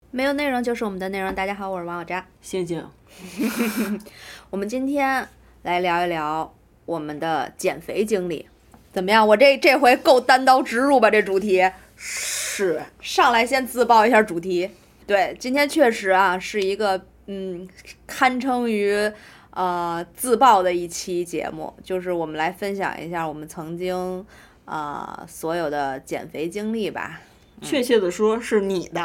没有内容就是我们的内容。大家好，我是王小渣。 谢谢。 我们今天来聊一聊我们的减肥经历，怎么样？我这回够单刀直入吧？这主题是上来先自曝一下主题。对，今天确实啊是一个堪称于自曝的一期节目，就是我们来分享一下我们曾经所有的减肥经历吧。 确切的说是你的。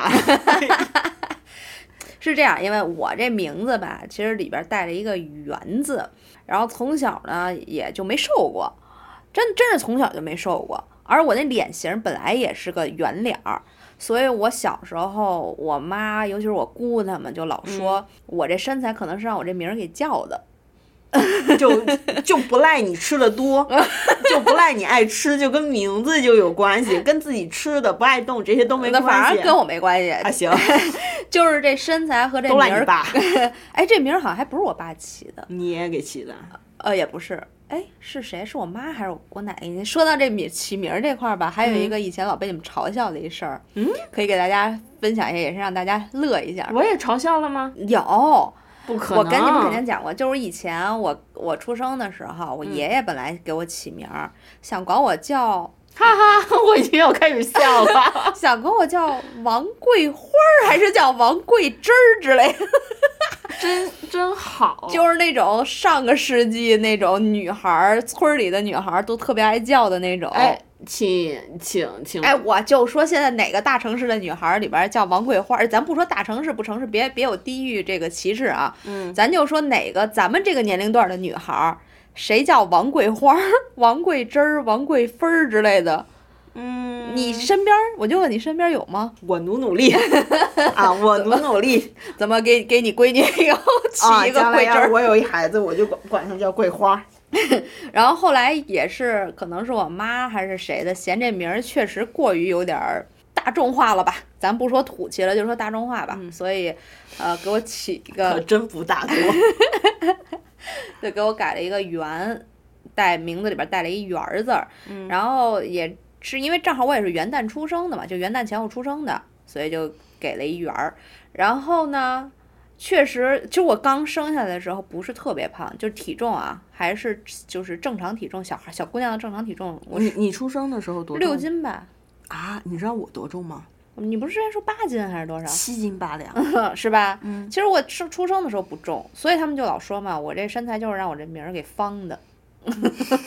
是这样，因为我这名字吧，其实里边带了一个圆字，然后从小呢也就没瘦过，真是从小就没瘦过，而我那脸型本来也是个圆脸儿，所以我小时候我妈尤其是我姑他们就老说我这身材可能是让我这名儿给叫的。 就不赖你吃的多，就不赖你爱吃，就跟名字就有关系，跟自己吃的不爱动这些都没关系。 反正跟我没关系。 行， 就是这身材和这都名儿。 赖你爸。 哎，这名儿好像还不是我爸起的。 你也给起的？ 也不是。哎，是谁？是我妈还是我奶奶？说到这起名这块儿吧，还有一个以前老被你们嘲笑的一事儿，可以给大家分享一下，也是让大家乐一下。 我也嘲笑了吗？ 有。 不可能！ 我跟你们肯定讲过，就是以前我出生的时候，我爷爷本来给我起名儿，想管我叫， 哈哈，我已经要开始笑了， 想管我叫王桂花儿，还是叫王桂枝儿之类的。 真好， 就是那种上个世纪那种女孩，村里的女孩都特别爱叫的那种。 哎，请。 哎，我就说现在哪个大城市的女孩里边叫王桂花，咱不说大城市不城市，别有地域这个歧视啊。咱就说哪个咱们这个年龄段的女孩，谁叫王桂花、王桂枝儿、王桂芬儿之类的。你身边，我就问你身边有吗？ 我努力啊，我努力。 怎么给你闺女以后起一个桂枝儿？ 我有一孩子，我就管他叫桂花。 然后后来也是，可能是我妈还是谁的，嫌这名儿确实过于有点大众化了吧？咱不说土气了，就说大众化吧。所以，给我起一个， 可真不大多。 对，给我改了一个圆，名字里边带了一圆字儿。然后也是因为正好我也是元旦出生的嘛，就元旦前后出生的，所以就给了一圆儿。然后呢，确实，就我刚生下来的时候不是特别胖，就是体重啊，还是就是正常体重，小姑娘的正常体重。 你出生的时候多重 ？6斤吧。 啊，你知道我多重吗？ 你不是之前说8斤还是多少 ？7斤8两， 是吧？其实我出生的时候不重，所以他们就老说嘛，我这身材就是让我这名儿给方的。我的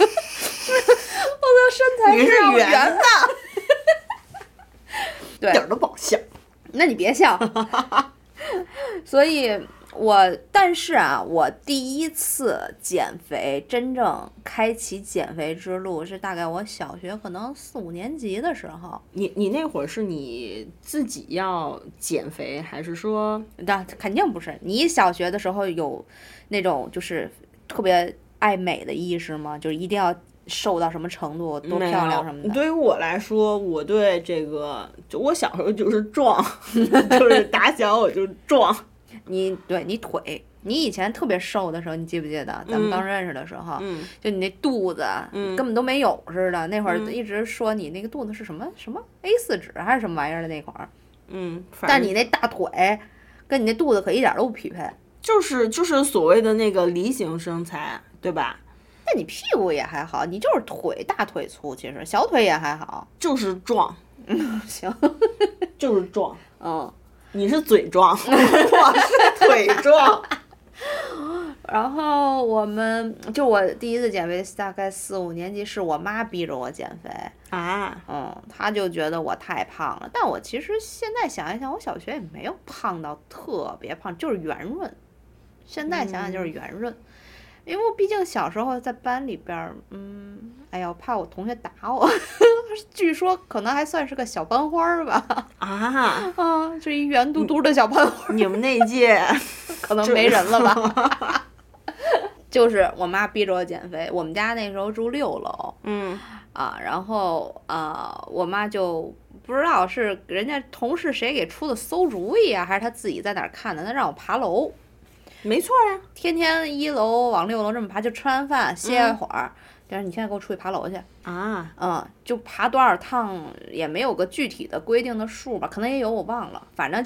身材是圆的， 对， 一点都不好笑。 那你别笑。所以但是啊，我第一次减肥，真正开启减肥之路是大概我小学可能4、5年级的时候。 你那会儿是你自己要减肥，还是说？ 那肯定不是。你小学的时候有那种就是特别爱美的意识吗？就是一定要瘦到什么程度，多漂亮什么的。 对于我来说，我对这个，就我小时候就是壮，就是打小我就壮。 你腿，你以前特别瘦的时候，你记不记得咱们刚认识的时候，就你那肚子根本都没有似的。那会儿一直说你那个肚子是什么A4 纸还是什么玩意儿的那会儿。但你那大腿跟你那肚子可一点都不匹配。 就是所谓的那个梨形身材，对吧？ 那你屁股也还好，你就是大腿粗，其实小腿也还好， 就是壮。 行， 就是壮。你是嘴壮，我是腿壮。 然后我第一次减肥大概4、5年级，是我妈逼着我减肥啊。 她就觉得我太胖了，但我其实现在想一想，我小学也没有胖到特别胖，就是圆润。现在想想就是圆润。因为我毕竟小时候在班里边，哎呀，我怕我同学打我，据说可能还算是个小班花吧。就一圆嘟嘟的小班花。 你们那届可能没人了吧？就是我妈逼着我减肥，我们家那时候住6楼，然后我妈就不知道是人家同事谁给出的馊主意啊，还是她自己在哪儿看的，她让我爬楼。 没错呀， 天天1楼往6楼这么爬，就吃完饭歇一会儿，但是你现在给我出去爬楼去啊， 就爬多少趟也没有个具体的规定的数吧，可能也有我忘了，反正就你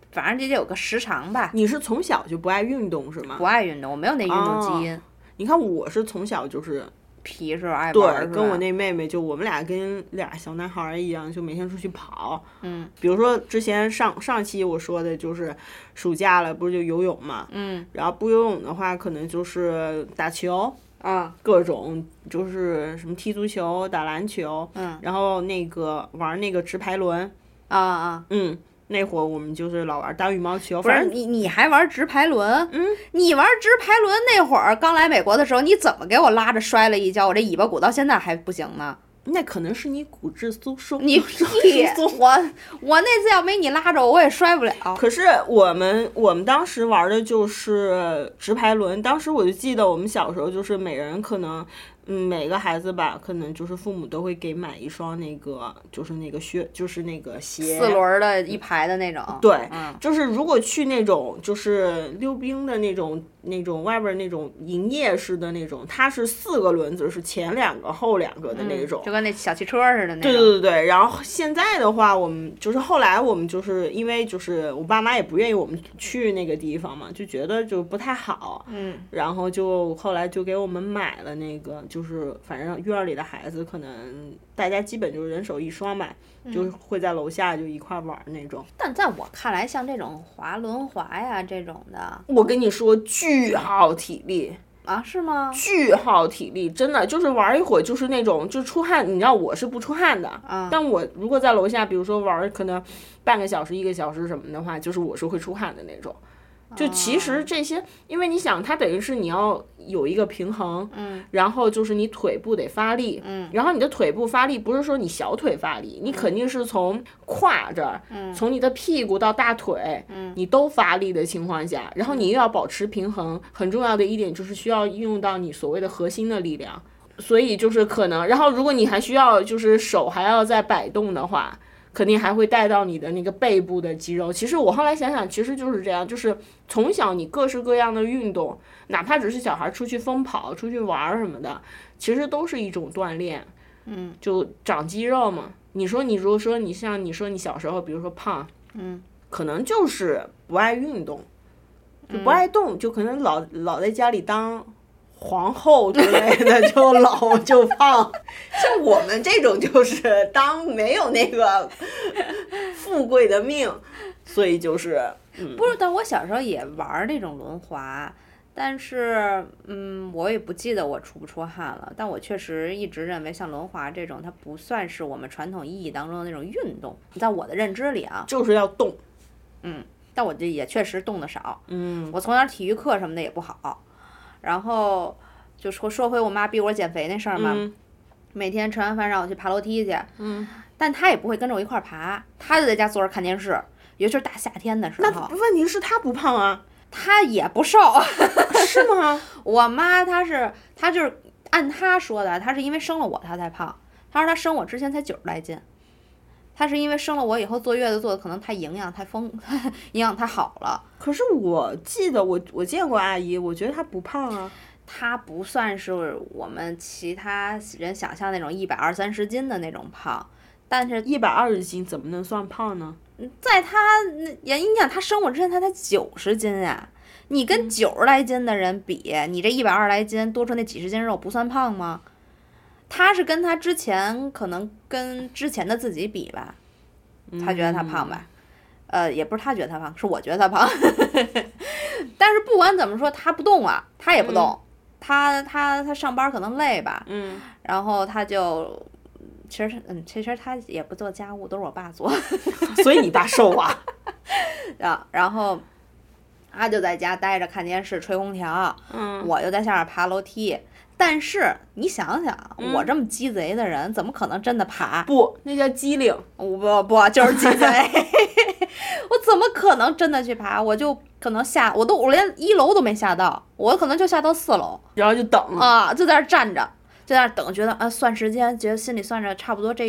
反正这就有个时长吧。 你是从小就不爱运动是吗？ 不爱运动，我没有那运动基因。 你看我是从小就是皮实爱玩， 对，跟我那妹妹就我们俩跟俩小男孩一样，就每天出去跑。比如说之前上期我说的就是暑假了，不是就游泳嘛。然后不游泳的话，可能就是打球。各种就是什么踢足球、打篮球。然后那个玩那个直排轮。那会儿我们就是老玩打羽毛球。 不是你还玩直排轮？你玩直排轮那会儿刚来美国的时候，你怎么给我拉着摔了一跤？我这尾巴骨到现在还不行呢。 那可能是你骨质疏松。 你屁！我那次要没你拉着我也摔不了。 可是我们当时玩的就是直排轮，当时我就记得我们小时候就是每人可能。每个孩子吧，可能就是父母都会给买一双那个，就是那个靴，就是那个鞋。 4轮的一排的那种。 对，就是如果去那种就是溜冰的那种外边那种营业式的那种，它是4个轮子，是前2个后2个的那种， 就跟那小汽车似的那种。对。然后现在的话，我们就是后来我们就是因为就是我爸妈也不愿意我们去那个地方嘛，就觉得就不太好。然后就后来就给我们买了那个。就是反正院里的孩子可能大家基本就是人手一双吧，就会在楼下就一块玩那种。 但在我看来，像这种轮滑呀这种的， 我跟你说巨耗体力啊，是吗？ 巨耗体力，真的就是玩一会儿就是那种就出汗，你知道我是不出汗的，但我如果在楼下，比如说玩可能半个小时1个小时什么的话，就是我是会出汗的那种。就其实这些，因为你想，它等于是你要有一个平衡，然后就是你腿部得发力，然后你的腿部发力不是说你小腿发力，你肯定是从胯这儿，从你的屁股到大腿，你都发力的情况下，然后你又要保持平衡，很重要的一点就是需要运用到你所谓的核心的力量，所以就是可能，然后如果你还需要就是手还要再摆动的话。肯定还会带到你的那个背部的肌肉。其实我后来想想，其实就是这样，就是从小你各式各样的运动，哪怕只是小孩出去疯跑、出去玩什么的，其实都是一种锻炼。就长肌肉嘛。你说你如果说你像你说你小时候，比如说胖，可能就是不爱运动，就不爱动，就可能老在家里当。皇后之类的就老就胖，像我们这种就是当没有那个富贵的命，所以就是不是。但我小时候也玩那种轮滑，但是我也不记得我出不出汗了。但我确实一直认为像轮滑这种，它不算是我们传统意义当中的那种运动，在我的认知里啊， 就是要动。 但我这也确实动得少。我从小体育课什么的也不好。然后就说回我妈逼我减肥那事儿嘛，每天吃完饭让我去爬楼梯去，但她也不会跟着我一块儿爬，她就在家坐着看电视，尤其是大夏天的时候。 那问题是她不胖啊， 她也不瘦， 是吗？ 我妈她就是按她说的，她是因为生了我她才胖，她说她生我之前才90来斤。她是因为生了我以后坐月子坐的可能太营养太好了。 可是我记得我见过阿姨，我觉得她不胖啊。 她不算是我们其他人想象那种120-130斤的那种胖，但是 120斤怎么能算胖呢？ 在她你想她生我之前她才90斤呀，你跟90来斤的人比，你这120来斤多出那几十斤肉不算胖吗？他是跟他之前可能跟之前的自己比吧，他觉得他胖吧，也不是他觉得他胖，是我觉得他胖。但是不管怎么说，他不动啊，他也不动，他上班可能累吧，然后他就其实他也不做家务，都是我爸做， 所以你爸瘦啊。 然后他就在家待着看电视吹空调，我就在下面爬楼梯。但是你想想，我这么鸡贼的人，怎么可能真的爬？ 不，那叫机灵。 不，就是鸡贼。我怎么可能真的去爬？我就可能我连1楼都没下到，我可能就下到4楼， 然后就等啊，就在那站着，就在那等，觉得算时间，觉得心里算着差不多这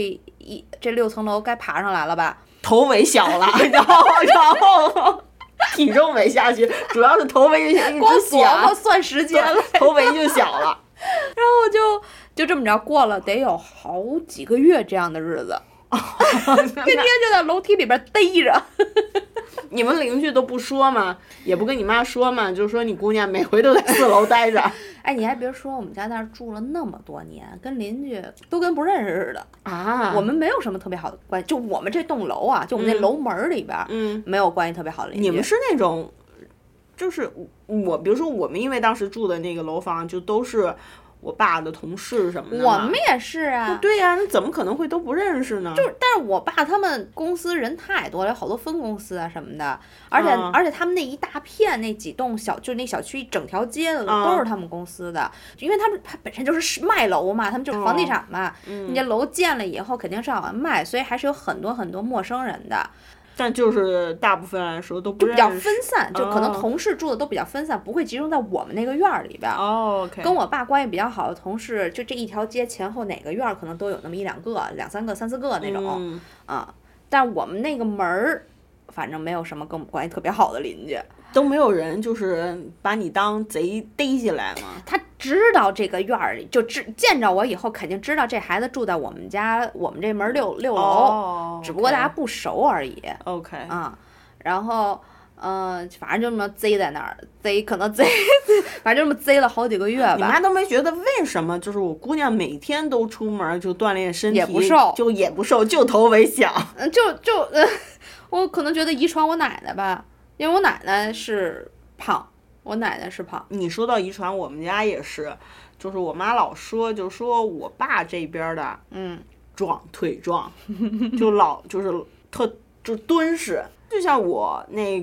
6层楼该爬上来了吧？头围小了，然后。体重没下去，主要是头围就光琢磨算时间了， 头围就小了。 然后就这么着过了得有好几个月这样的日子。 天天就在楼梯里边逮着。 你们邻居都不说吗？也不跟你妈说吗？就说你姑娘每回都在4楼待着。 哎，你还别说，我们家那儿住了那么多年，跟邻居都跟不认识似的啊。 我们没有什么特别好的关系，就我们这栋楼啊，就我们那楼门里边，没有关系特别好的邻居。 你们是那种，就是比如说我们因为当时住的那个楼房就都是我爸的同事什么的。 我们也是啊。 对呀，那怎么可能会都不认识呢？ 但是我爸他们公司人太多了，有好多分公司啊什么的，而且他们那一大片那几栋就那小区一整条街的都是他们公司的，因为他本身就是卖楼嘛，他们就是房地产嘛，你这楼建了以后肯定是要卖，所以还是有很多很多陌生人的。 但就是大部分来说都不认识， 比较分散，就可能同事住的都比较分散，不会集中在我们那个院儿里边。 OK。 跟我爸关系比较好的同事，就这一条街前后哪个院儿可能都有那么1-2个、2-3个、3-4个那种。但我们那个门儿，反正没有什么跟我们关系特别好的邻居。 都没有人就是把你当贼逮起来吗？ 他知道这个院儿里，就见着我以后肯定知道这孩子住在我们家，我们这门6楼，只不过大家不熟而已。 OK。 然后反正就这么贼在那儿，可能贼，反正就这么贼了好几个月吧。 你妈都没觉得为什么？就是我姑娘每天都出门就锻炼身体， 也不瘦， 就头微小。 我可能觉得遗传我奶奶吧。因为我奶奶是胖， 你说到遗传，我们家也是，就是我妈老说，就说我爸这边的，腿壮，就敦实，就像我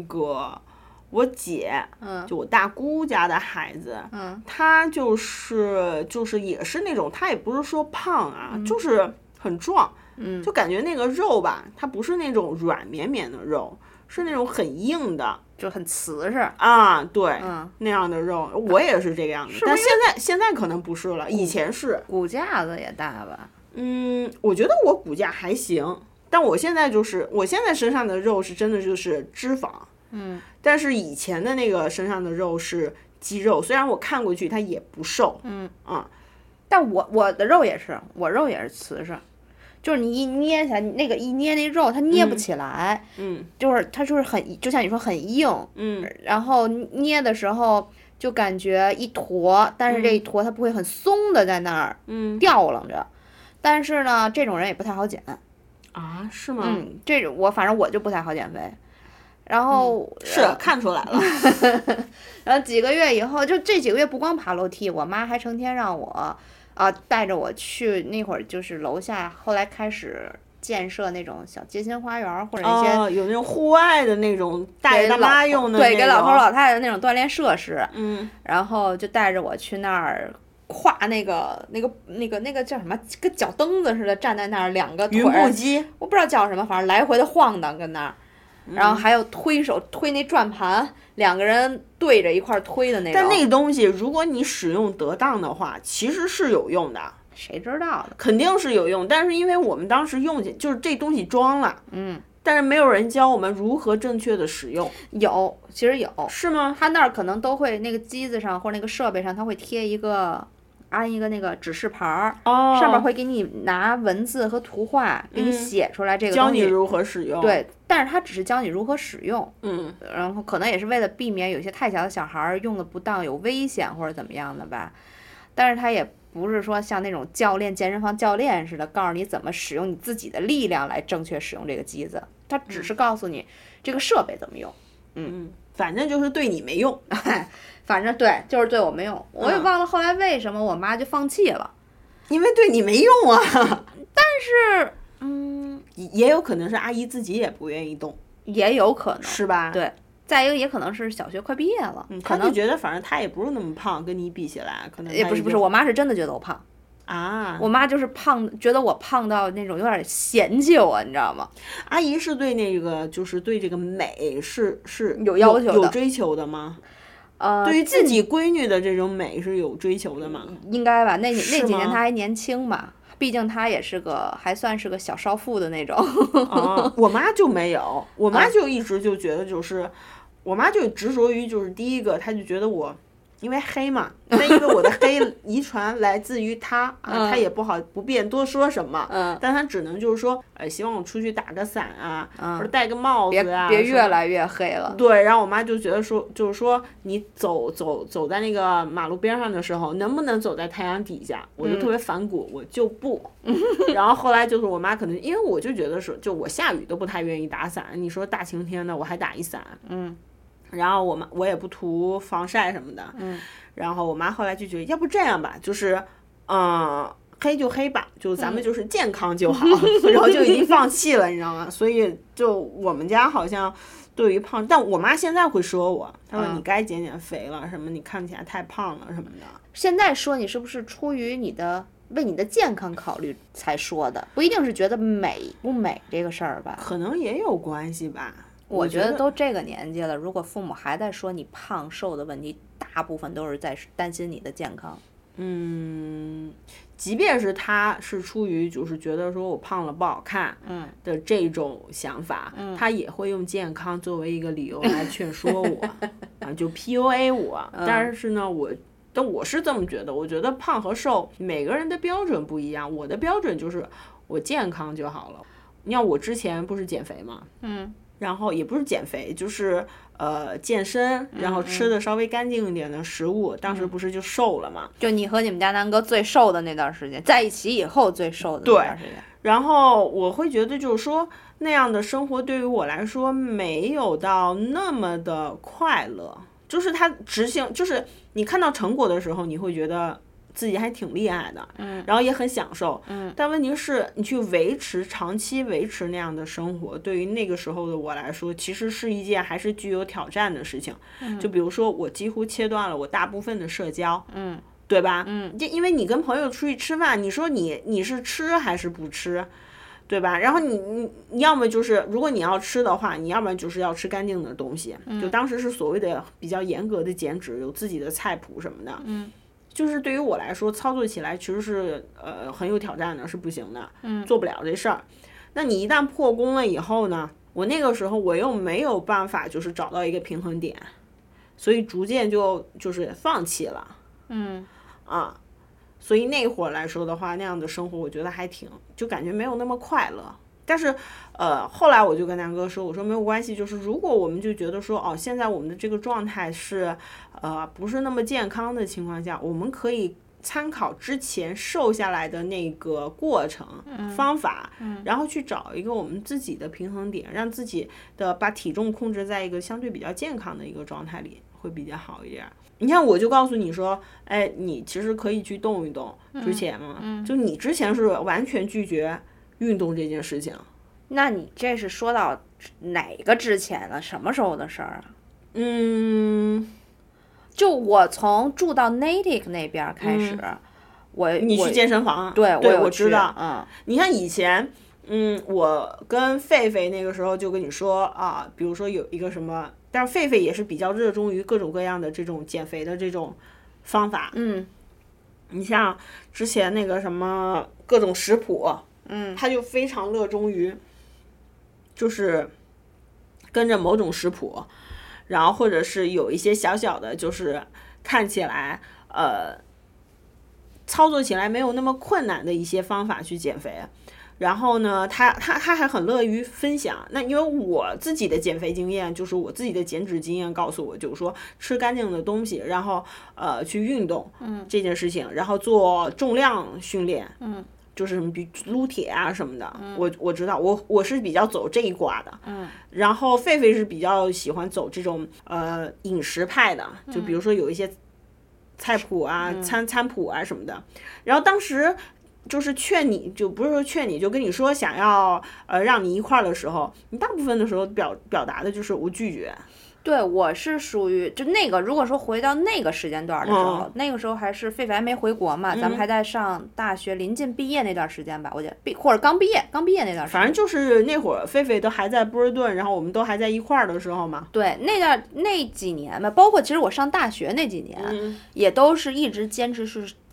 姐，就我大姑家的孩子，她就是也是那种，她也不是说胖啊，就是很壮，就感觉那个肉吧，它不是那种软绵绵的肉。是那种很硬的， 就很瓷实啊，对，那样的肉，我也是这个样子，但现在可能不是了，以前是。 骨架子也大吧？ 我觉得我骨架还行，但我现在身上的肉是真的就是脂肪，但是以前的那个身上的肉是肌肉，虽然我看过去它也不瘦， 但我的肉也是，我肉也是瓷实。就是你一捏起来，那个一捏那肉，它捏不起来，就是它就是就像你说很硬，然后捏的时候就感觉一坨，但是这一坨它不会很松的在那儿，吊楞着，但是呢，这种人也不太好减， 啊，是吗？ 这种反正我就不太好减肥，然后是看出来了， 然后几个月以后，就这几个月不光爬楼梯，我妈还成天让我。带着我去那会儿就是楼下，后来开始建设那种小街心花园或者一些有那种户外的那种带大妈用的， 对，给老头老太太那种锻炼设施。然后就带着我去那儿跨那个叫什么，跟脚蹬子似的站在那儿，2个腿。 云步机， 我不知道叫什么，反正来回的晃荡跟那儿。然后还有推那转盘，2个人对着一块推的那种。 但那个东西，如果你使用得当的话，其实是有用的。 谁知道的？ 肯定是有用，但是因为我们当时用就是这东西装了，但是没有人教我们如何正确的使用。 其实有。 是吗？ 他那儿可能都会那个机子上或者那个设备上，他会安一个那个指示牌儿，上面会给你拿文字和图画给你写出来这个东西， 教你如何使用。 对，但是他只是教你如何使用，然后可能也是为了避免有些太小的小孩用的不当有危险或者怎么样的吧，但是他也不是说像那种健身房教练似的告诉你怎么使用你自己的力量来正确使用这个机子，他只是告诉你这个设备怎么用， 反正就是对你没用。 反正对，就是对我没用。我也忘了后来为什么我妈就放弃了， 因为对你没用啊。 但是， 也有可能是阿姨自己也不愿意动， 也有可能是吧？ 对，再一个也可能是小学快毕业了， 可能觉得反正她也不是那么胖，跟你比起来，可能也不是，我妈是真的觉得我胖。我妈就是胖，觉得我胖到那种有点嫌弃我，你知道吗？ 阿姨是对那个就是对这个美是有要求的， 有追求的吗？对于自己闺女的这种美是有追求的吗？ 应该吧，那几年她还年轻嘛，毕竟她也是还算是个小少妇的那种。 我妈就没有，我妈就一直就觉得就是，我妈就执着于就是第一个，她就觉得我因为黑嘛，那因为我的黑遗传来自于他啊，他也不便多说什么，但他只能就是说，希望我出去打个伞啊，或者戴个帽子啊， 别越来越黑了。 对，然后我妈就觉得说，就是说你走在那个马路边上的时候，能不能走在太阳底下？我就特别反骨，我就不。然后后来就是我妈可能因为我就觉得说，就我下雨都不太愿意打伞，你说大晴天的我还打一伞，然后我也不涂防晒什么的，然后我妈后来就觉得，要不这样吧，就是黑就黑吧，就咱们就是健康就好，然后就已经放弃了，你知道吗？所以就我们家好像对于胖，但我妈现在会说我，她说你该减减肥了，什么你看起来太胖了什么的。 现在说你是不是出于为你的健康考虑才说的，不一定是觉得美不美这个事儿吧？ 可能也有关系吧。 我觉得都这个年纪了，如果父母还在说你胖瘦的问题，大部分都是在担心你的健康。 即便是他是出于就是觉得说我胖了不好看的这种想法，他也会用健康作为一个理由来劝说我啊，就 PUA 我。但是呢，但我是这么觉得，我觉得胖和瘦每个人的标准不一样，我的标准就是我健康就好了。你看我之前不是减肥嘛，然后也不是减肥，就是健身，然后吃的稍微干净一点的食物，当时不是就瘦了嘛？ 就你和你们家南哥最瘦的那段时间，在一起以后最瘦的那段时间。 然后我会觉得就是说那样的生活对于我来说没有到那么的快乐，就是它执行，就是你看到成果的时候，你会觉得自己还挺厉害的，然后也很享受，但问题是你去长期维持那样的生活，对于那个时候的我来说，其实是一件还是具有挑战的事情。就比如说我几乎切断了我大部分的社交，对吧？就因为你跟朋友出去吃饭，你说你是吃还是不吃？对吧？然后你要么就是如果你要吃的话，你要么就是要吃干净的东西，就当时是所谓的比较严格的减脂，有自己的菜谱什么的，就是对于我来说，操作起来其实是很有挑战的，是不行的，做不了这事儿。那你一旦破功了以后呢，我那个时候我又没有办法就是找到一个平衡点，所以逐渐就是放弃了，所以那会儿来说的话，那样的生活我觉得还就感觉没有那么快乐。但是后来我就跟南哥说，我说没有关系，就是如果我们就觉得说现在我们的这个状态是不是那么健康的情况下，我们可以参考之前瘦下来的那个过程方法，然后去找一个我们自己的平衡点，让自己把体重控制在一个相对比较健康的一个状态里，会比较好一点。你看，我就告诉你说，你其实可以去动一动。之前嘛，就你之前是完全拒绝运动这件事情。 那你这是说到哪个之前了？什么时候的事儿啊？就我从住到 Natick 那边开始， 你去健身房， 对， 我知道。你看以前，我跟狒狒那个时候就跟你说比如说有一个什么，但是狒狒也是比较热衷于各种各样的这种减肥的这种方法。你像之前那个什么各种食谱，他就非常热衷于，就是跟着某种食谱，然后或者是有一些小小的，就是看起来操作起来没有那么困难的一些方法去减肥。然后呢，他还很乐于分享。那因为我自己的减肥经验，就是我自己的减脂经验告诉我，就是说吃干净的东西，然后去运动，这件事情，然后做重量训练，就是什么比撸铁啊什么的，我知道，我是比较走这一挂的，然后狒狒是比较喜欢走这种饮食派的，就比如说有一些菜谱啊、餐谱啊什么的，然后当时。就是劝你，就不是说劝你，就跟你说想要让你一块儿的时候，你大部分的时候表达的就是我拒绝。 对，我是属于就那个，如果说回到那个时间段的时候，那个时候还是狒狒还没回国嘛，咱们还在上大学，临近毕业那段时间吧，我觉得或者刚毕业那段时间， 反正就是那会儿狒狒都还在波士顿，然后我们都还在一块儿的时候嘛。 对，那几年吧，包括其实我上大学那几年，也都是一直坚持是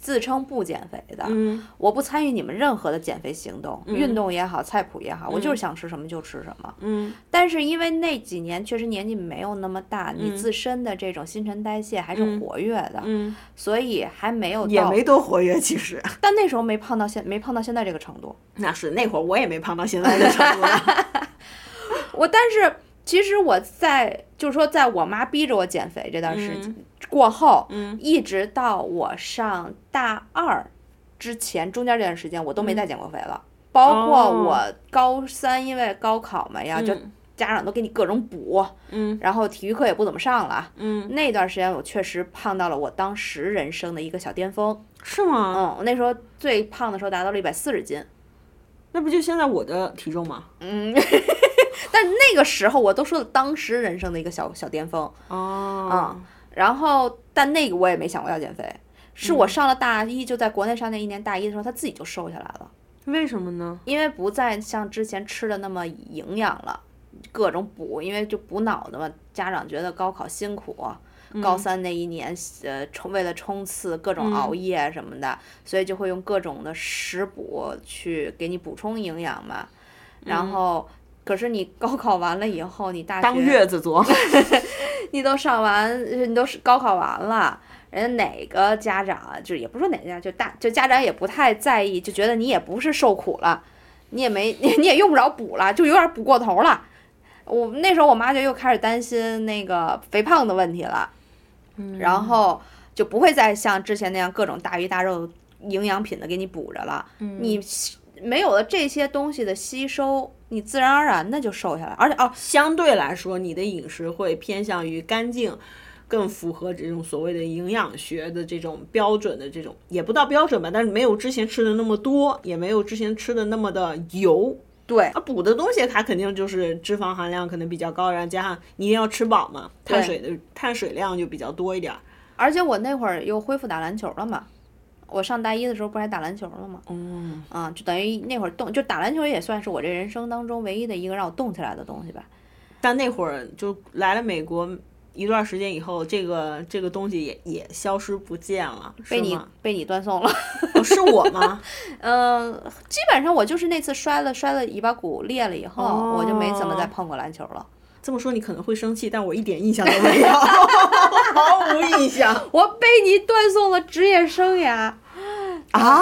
自称不减肥的， 嗯我不参与你们任何的减肥行动，运动也好，菜谱也好，我就是想吃什么就吃什么。但是因为那几年确实年纪没有那么大，你自身的这种新陈代谢还是活跃的，所以还没有到， 也没多活跃其实。 但那时候没胖到现在这个程度。 那是那会儿我也没胖到现在这程度呢。 但是其实我就是说，在我妈逼着我减肥这段时间过后，一直到我上大2之前，中间这段时间我都没再减过肥了。包括我高3，因为高考嘛呀，就家长都给你各种补，然后体育课也不怎么上了，那段时间我确实胖到了我当时人生的一个小巅峰。 是吗？ 那时候最胖的时候达到了140斤。 那不就现在我的体重吗？ 但那个时候我都说了当时人生的一个小巅峰。然后但那个我也没想过要减肥，是我上了大1，就在国内上那1年大1的时候，他自己就瘦下来了。 为什么呢？ 因为不再像之前吃的那么营养了，各种补，因为就补脑的嘛。家长觉得高考辛苦，高3那1年，为了冲刺各种熬夜什么的，所以就会用各种的食补去给你补充营养嘛。然后，可是你高考完了以后，你大学当月子做， 你都是高考完了。人家哪个家长就也不说哪个就家长也不太在意，就觉得你也不是受苦了，你也用不着补了，就有点补过头了。那时候我妈就又开始担心那个肥胖的问题了，然后就不会再像之前那样各种大鱼大肉营养品的给你补着了。你没有了这些东西的吸收，你自然而然的就瘦下来，而且相对来说你的饮食会偏向于干净。更符合这种所谓的营养学的这种标准的这种，也不到标准吧，但是没有之前吃的那么多，也没有之前吃的那么的油。 对， 补的东西它肯定就是脂肪含量可能比较高，然后加上你一定要吃饱嘛，碳水量就比较多一点。 而且我那会儿又恢复打篮球了嘛，我上大1的时候不是还打篮球了吗？就等于那会儿就打篮球也算是我这人生当中唯一的一个让我动起来的东西吧。 但那会儿就来了美国一段时间以后，这个东西也消失不见了， 被你断送了。 是我吗？ 基本上我就是那次摔了尾巴骨裂了以后，我就没怎么再碰过篮球了。 这么说你可能会生气，但我一点印象都没有，毫无印象。 我被你断送了职业生涯啊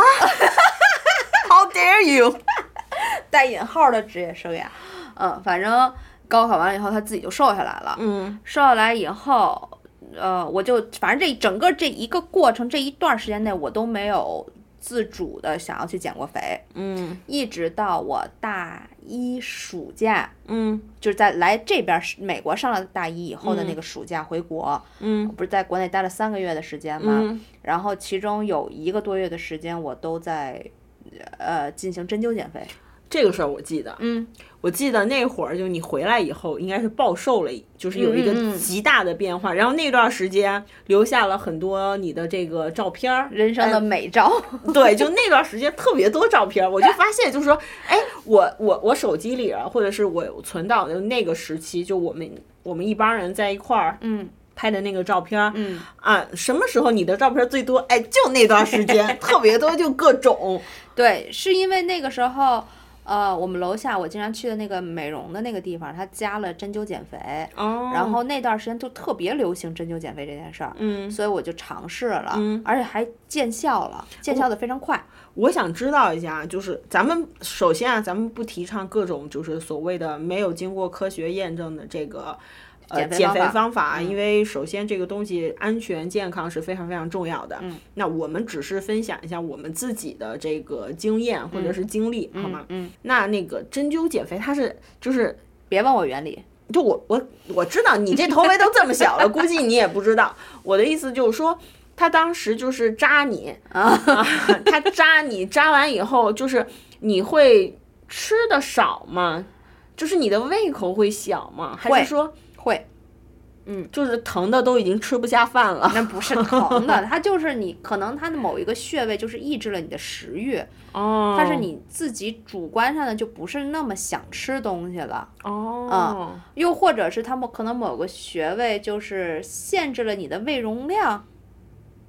！How dare you！ 带引号的职业生涯。反正高考完了以后，他自己就瘦下来了。瘦下来以后，我就反正这整个这一个过程，这一段时间内，我都没有自主的想要去减过肥。一直到我大1暑假，就是在来这边美国上了大1以后的那个暑假回国，不是在国内待了3个月的时间嘛，然后其中有1个多月的时间，我都在进行针灸减肥。 这个事儿我记得，我记得那会儿就你回来以后应该是暴瘦了，就是有一个极大的变化，然后那段时间留下了很多你的这个照片， 人生的美照。 对，就那段时间特别多照片，我就发现就是说，我手机里啊，或者是我存到的那个时期，就我们一帮人在一块儿，拍的那个照片，什么时候你的照片最多？就那段时间特别多，就各种。 对，是因为那个时候。我们楼下我经常去的那个美容的那个地方，它加了针灸减肥，然后那段时间就特别流行针灸减肥这件事儿，所以我就尝试了，而且还见效了，见效的非常快。 我想知道一下，就是首先咱们不提倡各种就是所谓的没有经过科学验证的这个。减肥方法，因为首先这个东西安全健康是非常非常重要的。那我们只是分享一下我们自己的这个经验或者是经历，好吗？那个针灸减肥，它是就是别问我原理， 就我知道你这头围都这么小了，估计你也不知道。我的意思就是说，他当时就是扎你他扎你，扎完以后就是你会吃的少吗？就是你的胃口会小吗？还是说？ 会， 就是疼的都已经吃不下饭了。 那不是疼的，它就是你可能它的某一个穴位就是抑制了你的食欲，它是你自己主观上的就不是那么想吃东西了，又或者是他们可能某个穴位就是限制了你的胃容量，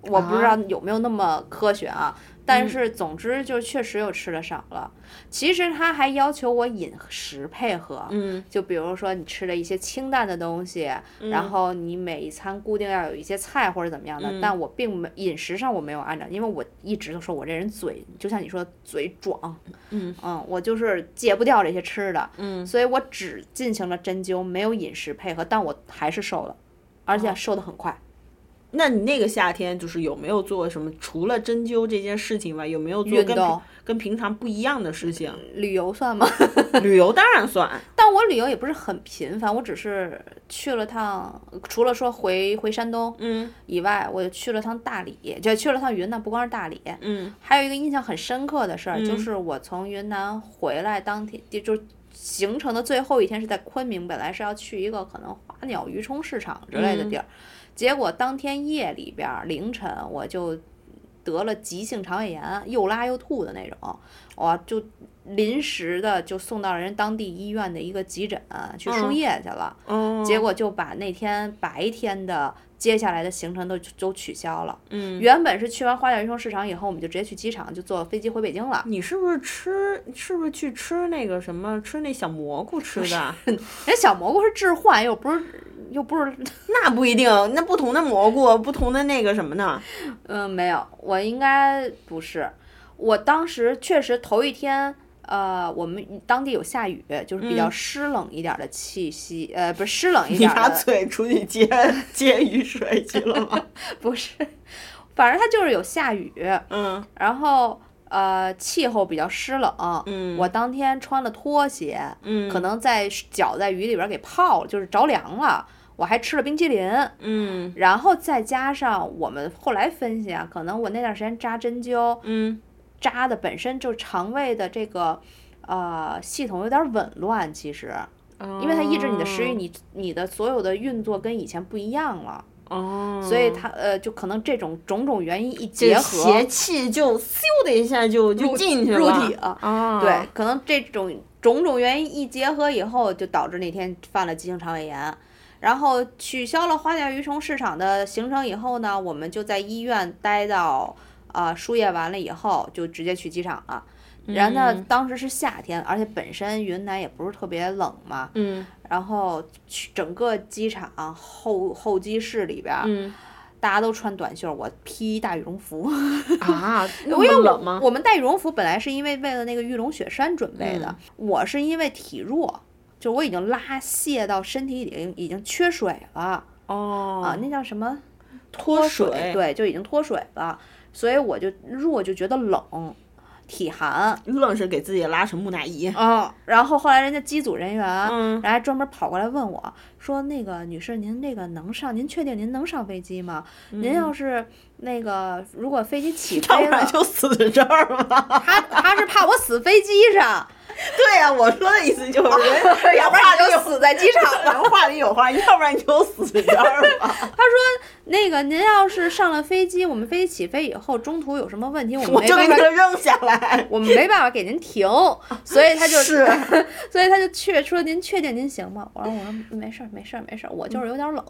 我不知道有没有那么科学啊。但是总之就确实又吃的少了。其实他还要求我饮食配合，就比如说你吃了一些清淡的东西，然后你每一餐固定要有一些菜或者怎么样的，但我并没饮食上我没有按照，因为我一直都说我这人嘴就像你说嘴壮，我就是戒不掉这些吃的，所以我只进行了针灸，没有饮食配合，但我还是瘦了，而且瘦得很快。 那你那个夏天就是有没有做什么除了针灸这件事情外，有没有做跟平常不一样的事情？ 旅游算吗？ 旅游当然算， 但我旅游也不是很频繁，我只是去了趟，除了说回山东以外，我就去了趟大理，就去了趟云南，不光是大理，还有一个印象很深刻的事儿，就是我从云南回来当天就行程的最后一天是在昆明，本来是要去一个可能花鸟鱼虫市场之类的地儿。结果当天夜里边凌晨我就得了急性肠胃炎，又拉又吐的那种，我就临时的就送到人当地医院的一个急诊去输液去了，结果就把那天白天的接下来的行程都取消了。原本是去完花鸟鱼虫市场以后，我们就直接去机场，就坐飞机回北京了。 你是不是去吃那个什么，吃那小蘑菇吃的？ 人小蘑菇是致幻，又不是。 那不一定，那不同的蘑菇，不同的那个什么呢？ 没有，我应该不是。我当时确实头一天，我们当地有下雨，就是比较湿冷一点的气息，不是湿冷一点的。 你拿嘴出去接雨水去了吗？ 不是，反正它就是有下雨，然后气候比较湿冷，我当天穿了拖鞋，可能脚在雨里边给泡了，就是着凉了。我还吃了冰淇淋，然后再加上我们后来分析啊，可能我那段时间扎针灸，扎的本身就肠胃的这个系统有点紊乱，其实，因为它抑制你的食欲，你的所有的运作跟以前不一样了，所以它就可能这种种原因一结合， 邪气就嗖的一下就进去了， 入体了，对，可能这种原因一结合以后，就导致那天犯了急性肠胃炎。然后取消了花鸟鱼虫市场的行程以后呢，我们就在医院待到输液完了以后，就直接去机场了。然后呢，当时是夏天，而且本身云南也不是特别冷嘛，然后整个机场候机室里边，大家都穿短袖，我披大羽绒服啊，那么冷吗？ 我们带羽绒服本来是因为为了那个玉龙雪山准备的，我是因为体弱。就我已经拉泄到身体已经缺水了，那叫什么脱水？对，就已经脱水了，所以我就弱，就觉得冷，体寒， 愣是给自己拉成木乃伊。 然后后来人家机组人员，人还专门跑过来问我说：“那个女士，您这个能上？您确定您能上飞机吗？您要是那个如果飞机起飞了， 要不然就死这儿吧。” 他是怕我死飞机上。 对呀，我说的意思就是人， 要不然你就死在机场了。 话里有话，要不然你就死这儿吧。 他说：“那个您要是上了飞机，我们飞机起飞以后，中途有什么问题，我们没办法就给你扔下来， 我们没办法给您停，所以他就所以他就说您确定您行吗？我说没事，我就是有点冷。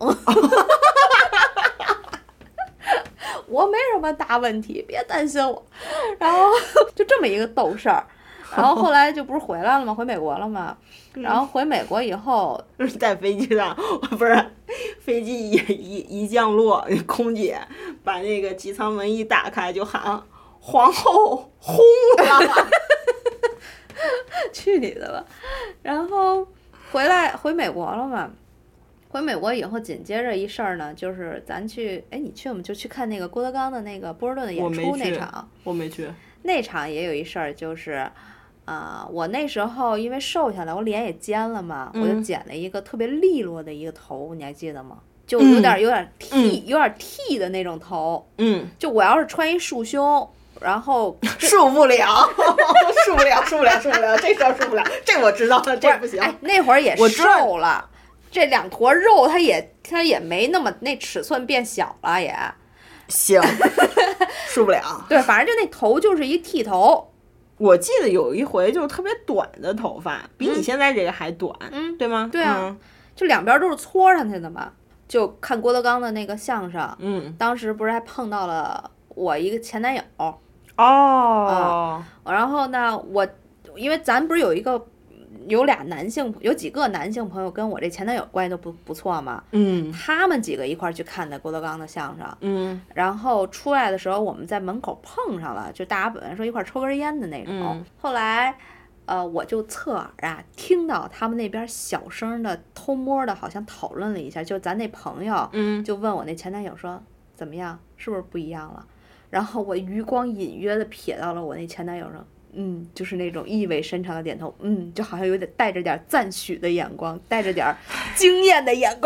我没什么大问题，别担心我。然后就这么一个逗事儿。然后后来就不是回来了吗？回美国了吗？然后回美国以后， 在飞机上，不是飞机一降落，空姐把那个机舱门一打开，就喊皇后轰了， 去你的吧！然后回美国了嘛？回美国以后，紧接着一事儿呢，就是咱去，你去我们就去看那个郭德纲的那个波士顿的演出那场， 我没去。 那场也有一事儿，就是。我那时候因为瘦下来，我脸也尖了嘛，我就剪了一个特别利落的一个头，你还记得吗？就有点剃的那种头。就我要是穿一束胸，然后束不了，束不了，这事儿束不了，这我知道了，这不行。 那会儿也瘦了，这两坨肉它也没那么那尺寸变小了也。 行，束不了。 对，反正就那头就是一剃头。 我记得有一回就是特别短的头发，比你现在这个还短，对吗？ 对啊，就两边都是搓上去的嘛。 就看郭德纲的那个相声，当时不是还碰到了我一个前男友。然后呢，因为咱不是有几个男性朋友跟我这前男友关系都不错嘛，他们几个一块儿去看的郭德纲的相声，然后出来的时候我们在门口碰上了，就大家本来说一块儿抽根烟的那种，后来我就侧耳啊听到他们那边小声的偷摸的好像讨论了一下，就咱那朋友就问我那前男友说怎么样，是不是不一样了？然后我余光隐约的瞥到了我那前男友上，就是那种意味深长的点头，就好像有点带着点赞许的眼光，带着点惊艳的眼光。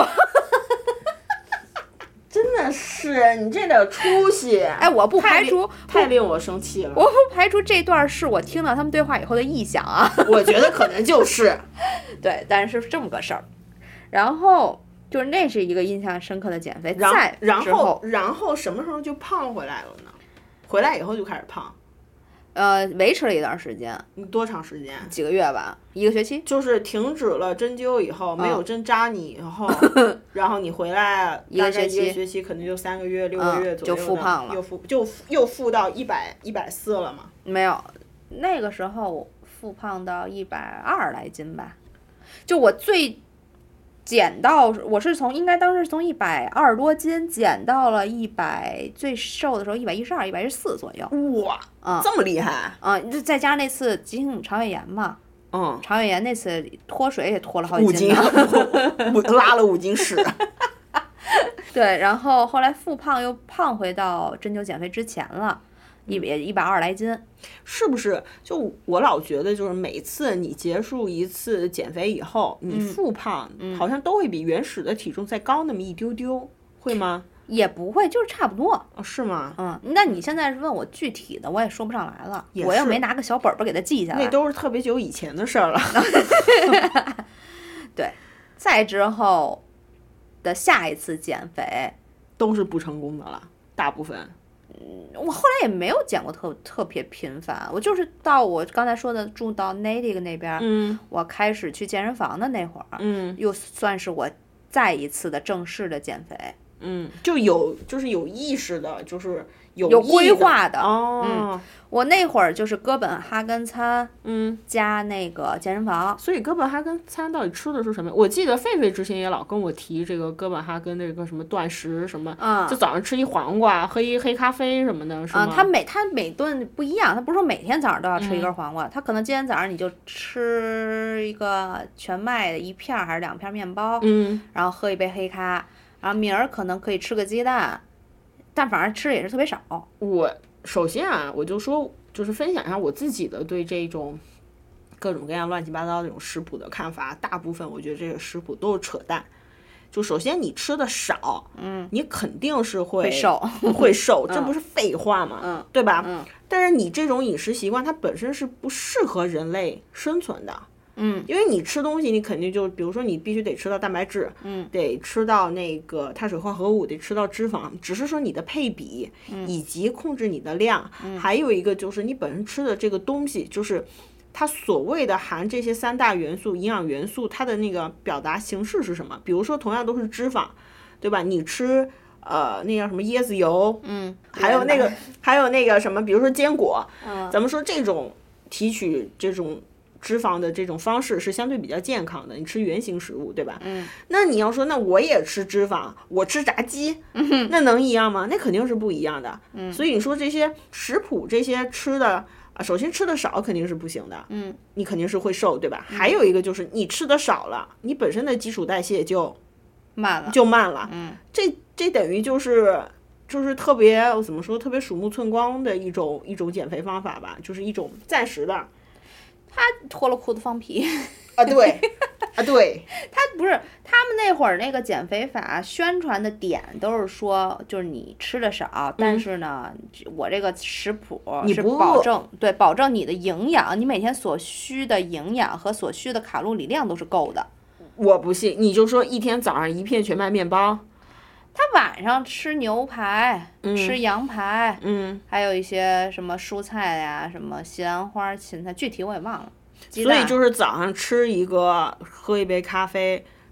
真的是你这点出息！ 哎，我不排除， 太令我生气了。 我不排除这段是我听到他们对话以后的臆想啊。 我觉得可能就是对，但是这么个事儿。然后就是那是一个印象深刻的减肥， 然后什么时候就胖回来了呢？回来以后就开始胖。 维持了一段时间。 多长时间？ 几个月吧，1个学期。 就是停止了针灸以后，没有针扎你以后，然后你回来一个学期可能就3个月、6个月左右就复胖了， 又复到140了嘛？ 没有，那个时候复胖到120来斤吧，就我最。减到我是应该当时是从120多斤减到了最瘦的时候112、114左右。 哇，这么厉害就再加上那次急性肠胃炎嘛，肠胃炎那次脱水也脱了好几斤拉了5斤屎。 对，然后后来复胖又胖回到针灸减肥之前了。120来斤， 是不是？就我老觉得，就是每次你结束一次减肥以后，你复胖，好像都会比原始的体重再高那么一丢丢，会吗？ 也不会，就是差不多。 是吗？ 那你现在是问我具体的，我也说不上来了，我又没拿个小本本给它记下来。 那都是特别久以前的事儿了。 对，再之后的下一次减肥都是不成功的了，大部分。 我后来也没有减过特别频繁，我就是到我刚才说的住到 Natick 那边，我开始去健身房的那会儿，又算是我再一次的正式的减肥， 就是有意识的，就是有规划的我那会儿就是哥本哈根餐，加那个健身房。 所以哥本哈根餐到底吃的是什么？我记得狒狒之前也老跟我提这个哥本哈根那个什么断食什么，就早上吃一黄瓜，喝一黑咖啡什么的，是吗？ 他每顿不一样，他不是说每天早上都要吃一根黄瓜，他可能今天早上你就吃一个全麦的1片还是2片面包，然后喝一杯黑咖，然后明儿可能可以吃个鸡蛋，但反正吃的也是特别少。 首先我就是分享一下我自己的对这种各种各样乱七八糟这种食谱的看法。大部分我觉得这个食谱都是扯淡。就首先你吃的少，你肯定是会瘦，这不是废话吗？对吧？但是你这种饮食习惯它本身是不适合人类生存的。因为你吃东西，你肯定就比如说你必须得吃到蛋白质，得吃到那个碳水化合物，得吃到脂肪，只是说你的配比，以及控制你的量，还有一个就是你本身吃的这个东西，就是它所谓的含这些3大元素、营养元素，它的那个表达形式是什么？比如说同样都是脂肪，对吧？你吃那叫什么椰子油，还有那个什么，比如说坚果，咱们说这种提取这种脂肪的这种方式是相对比较健康的，你吃原型食物，对吧？那你要说那我也吃脂肪，我吃炸鸡，那能一样吗？那肯定是不一样的。所以你说这些食谱这些吃的首先吃的少肯定是不行的，你肯定是会瘦，对吧？还有一个就是你吃的少了，你本身的基础代谢就慢了，这等于就是特别怎么说，特别鼠目寸光的一种减肥方法吧，就是一种暂时的。 他脱了裤子放屁对他不是他们那会儿那个减肥法宣传的点都是说，就是你吃的少，但是呢，我这个食谱是保证你的营养，你每天所需的营养和所需的卡路里量都是够的。 我不信，你就说一天早上1片全麦面包。 他晚上吃牛排，吃羊排，还有一些什么蔬菜呀，什么西兰花、芹菜，具体我也忘了。 所以就是早上吃一个，喝一杯咖啡，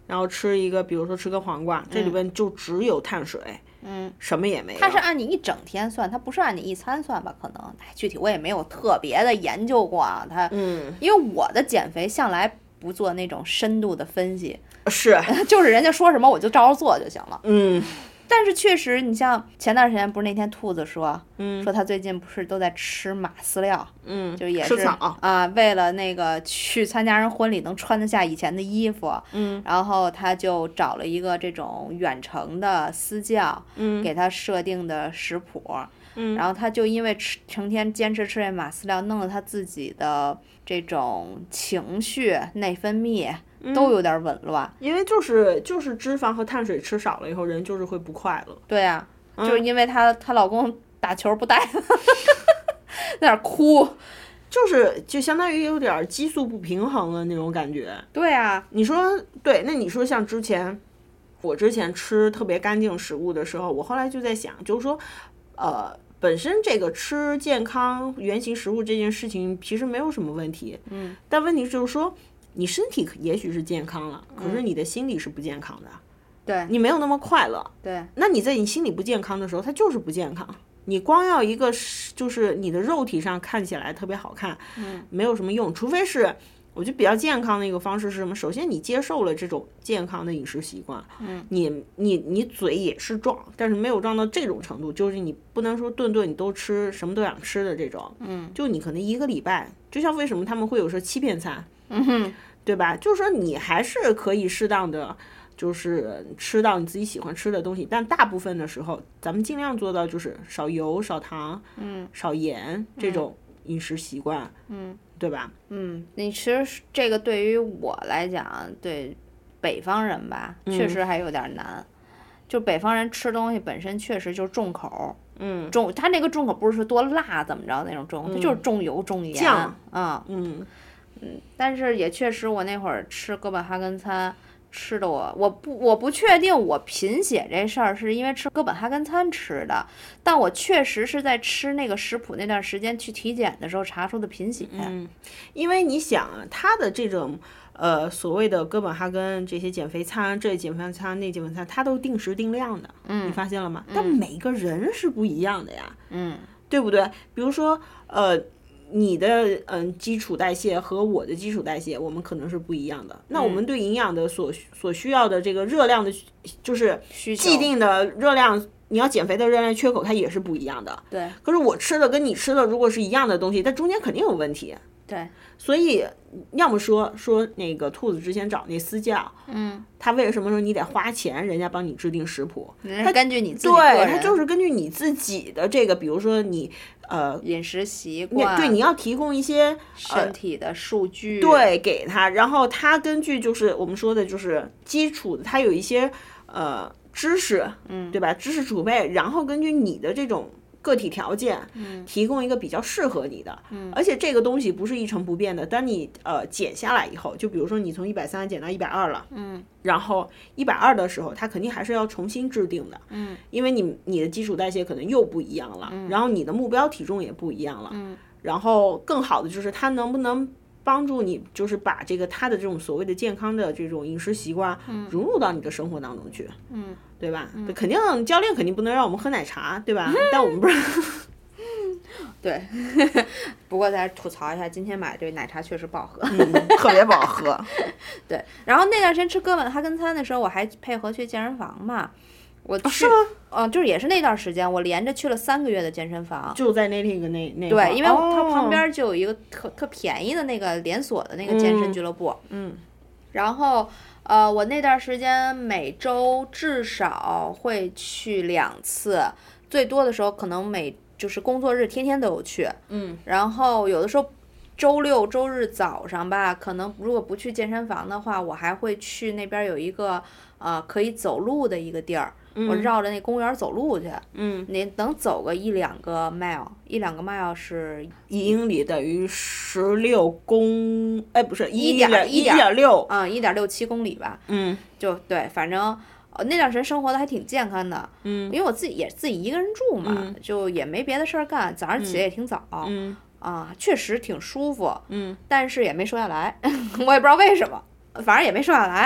然后吃一个，比如说吃个黄瓜，这里边就只有碳水，什么也没有。 它是按你一整天算，它不是按你一餐算吧？可能，具体我也没有特别的研究过啊。因为我的减肥向来不做那种深度的分析， 是， 就是人家说什么我就照着做就行了。但是确实，你像前段时间不是那天兔子说，说他最近不是都在吃马饲料，就也是啊，为了那个去参加人婚礼能穿得下以前的衣服，然后他就找了一个这种远程的私教，给他设定的食谱，然后他就因为成天坚持吃这马饲料，弄得他自己的这种情绪、内分泌都有点紊乱， 因为就是脂肪和碳水吃少了以后，人就是会不快乐。 对呀，就是因为她老公打球不带她，在那哭， 就相当于有点激素不平衡的那种感觉。 对呀， 你说对，那你说像我之前吃特别干净食物的时候，我后来就在想，就是说，本身这个吃健康原型食物这件事情其实没有什么问题，但问题就是说，你身体也许是健康了，可是你的心理是不健康的， 对， 你没有那么快乐， 对， 那你在你心理不健康的时候，它就是不健康。你光要一个就是你的肉体上看起来特别好看，没有什么用，除非是。我觉得比较健康的一个方式是什么？首先，你接受了这种健康的饮食习惯，你嘴也是壮，但是没有壮到这种程度，就是你不能说顿顿你都吃什么都想吃的这种，就你可能一个礼拜，就像为什么他们会有说欺骗餐，对吧？就是说你还是可以适当的，就是吃到你自己喜欢吃的东西，但大部分的时候，咱们尽量做到就是少油、少糖、少盐这种饮食习惯，对吧？ 你其实这个对于我来讲，对北方人吧，确实还有点难。就北方人吃东西本身确实就重口，他那个重口不是说多辣怎么着那种重，他就是重油重盐啊，但是也确实，我那会儿吃哥本哈根餐。吃的我不确定我贫血这事儿是因为吃哥本哈根餐吃的，但我确实是在吃那个食谱那段时间去体检的时候查出的贫血。 因为你想啊，它的这种所谓的哥本哈根这些减肥餐，这减肥餐那减肥餐，它都定时定量的，你发现了吗？但每个人是不一样的呀，对不对？比如说你的基础代谢和我的基础代谢，我们可能是不一样的。那我们对营养的所需要的这个热量的，就是既定的热量，你要减肥的热量缺口，它也是不一样的。 对。 可是我吃的跟你吃的如果是一样的东西，但中间肯定有问题。 对。 所以要么说那个兔子之前找那私教，他为什么说你得花钱，人家帮你制定食谱？ 他根据你自己个人， 对，他就是根据你自己的这个，比如说你饮食习惯， 对，你要提供一些身体的数据， 对，给他，然后他根据就是我们说的就是基础的，他有一些知识，对吧？知识储备，然后根据你的这种个体条件，提供一个比较适合你的，而且这个东西不是一成不变的。当你减下来以后，就比如说你从130减到120了，然后120的时候，它肯定还是要重新制定的，因为你的基础代谢可能又不一样了，然后你的目标体重也不一样了，然后更好的就是它能不能帮助你，就是把它的这种所谓的健康的这种饮食习惯融入到你的生活当中去，对吧？肯定教练肯定不能让我们喝奶茶，对吧？但我们不是。 对，不过再吐槽一下，今天买的这个奶茶确实不好喝， 特别不好喝。 对，然后那段时间吃哥本哈根餐的时候，我还配合去健身房嘛。我去， 是吗？ 就是也是那段时间，我连着去了3个月的健身房， 就在那对， 因为它旁边就有一个特便宜的那个连锁的那个健身俱乐部，然后我那段时间每周至少会去2次，最多的时候可能就是工作日天天都有去，然后有的时候周六周日早上吧，可能如果不去健身房的话，我还会去那边有一个可以走路的一个地儿。我绕着那公园走路去，你能走个1-2个 mile，1-2个 mile 是 1英里等于16公，不是 1.6， 1.67 公里吧，就对，反正那段时间生活的还挺健康的，因为我自己一个人住嘛，就也没别的事儿干，早上起来也挺早，确实挺舒服，但是也没瘦下来，我也不知道为什么，反正也没瘦下来。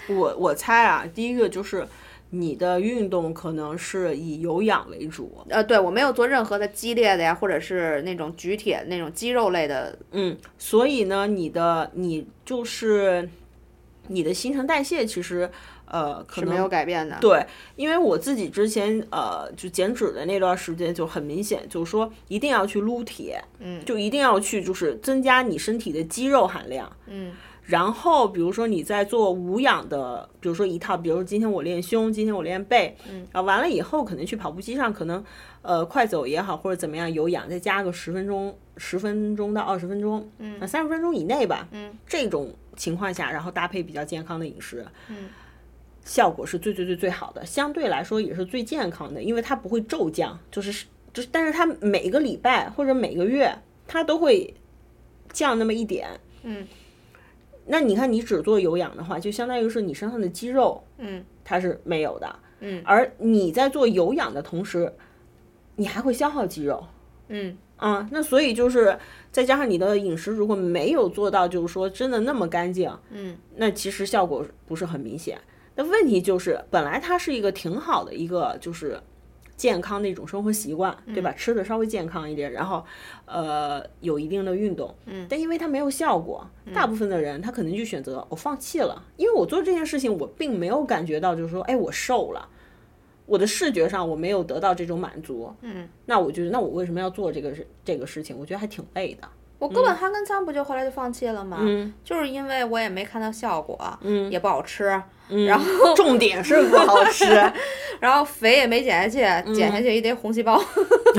我猜啊，第一个就是你的运动可能是以有氧为主。 对，我没有做任何的激烈的呀，或者是那种举铁那种肌肉类的。 所以呢，你就是你的新陈代谢其实可能是没有改变的。 对，因为我自己之前就减脂的那段时间就很明显，就是说一定要去撸铁，就一定要去就是增加你身体的肌肉含量。然后比如说你在做无氧的，比如说一套，比如说今天我练胸，今天我练背，完了以后可能去跑步机上可能快走也好或者怎么样有氧，再加个10分钟到20分钟，30分钟以内吧，这种情况下，然后搭配比较健康的饮食，效果是最好的，相对来说也是最健康的，因为它不会骤降，但是它每一个礼拜或者每个月它都会降那么一点。那你看你只做有氧的话，就相当于是你身上的肌肉它是没有的，而你在做有氧的同时你还会消耗肌肉。那所以就是再加上你的饮食如果没有做到就是说真的那么干净，那其实效果不是很明显。那问题就是本来它是一个挺好的一个就是健康的一种生活习惯，对吧？吃的稍微健康一点，然后有一定的运动，但因为它没有效果，大部分的人他可能就选择我放弃了，因为我做这件事情我并没有感觉到就是说我瘦了，我的视觉上我没有得到这种满足，那我觉得那我为什么要做这个事情？我觉得还挺累的。 我哥本哈根餐不就后来就放弃了吗？就是因为我也没看到效果，也不好吃，然后重点是不好吃， 然后肥也没减下去，减下去一堆红细胞。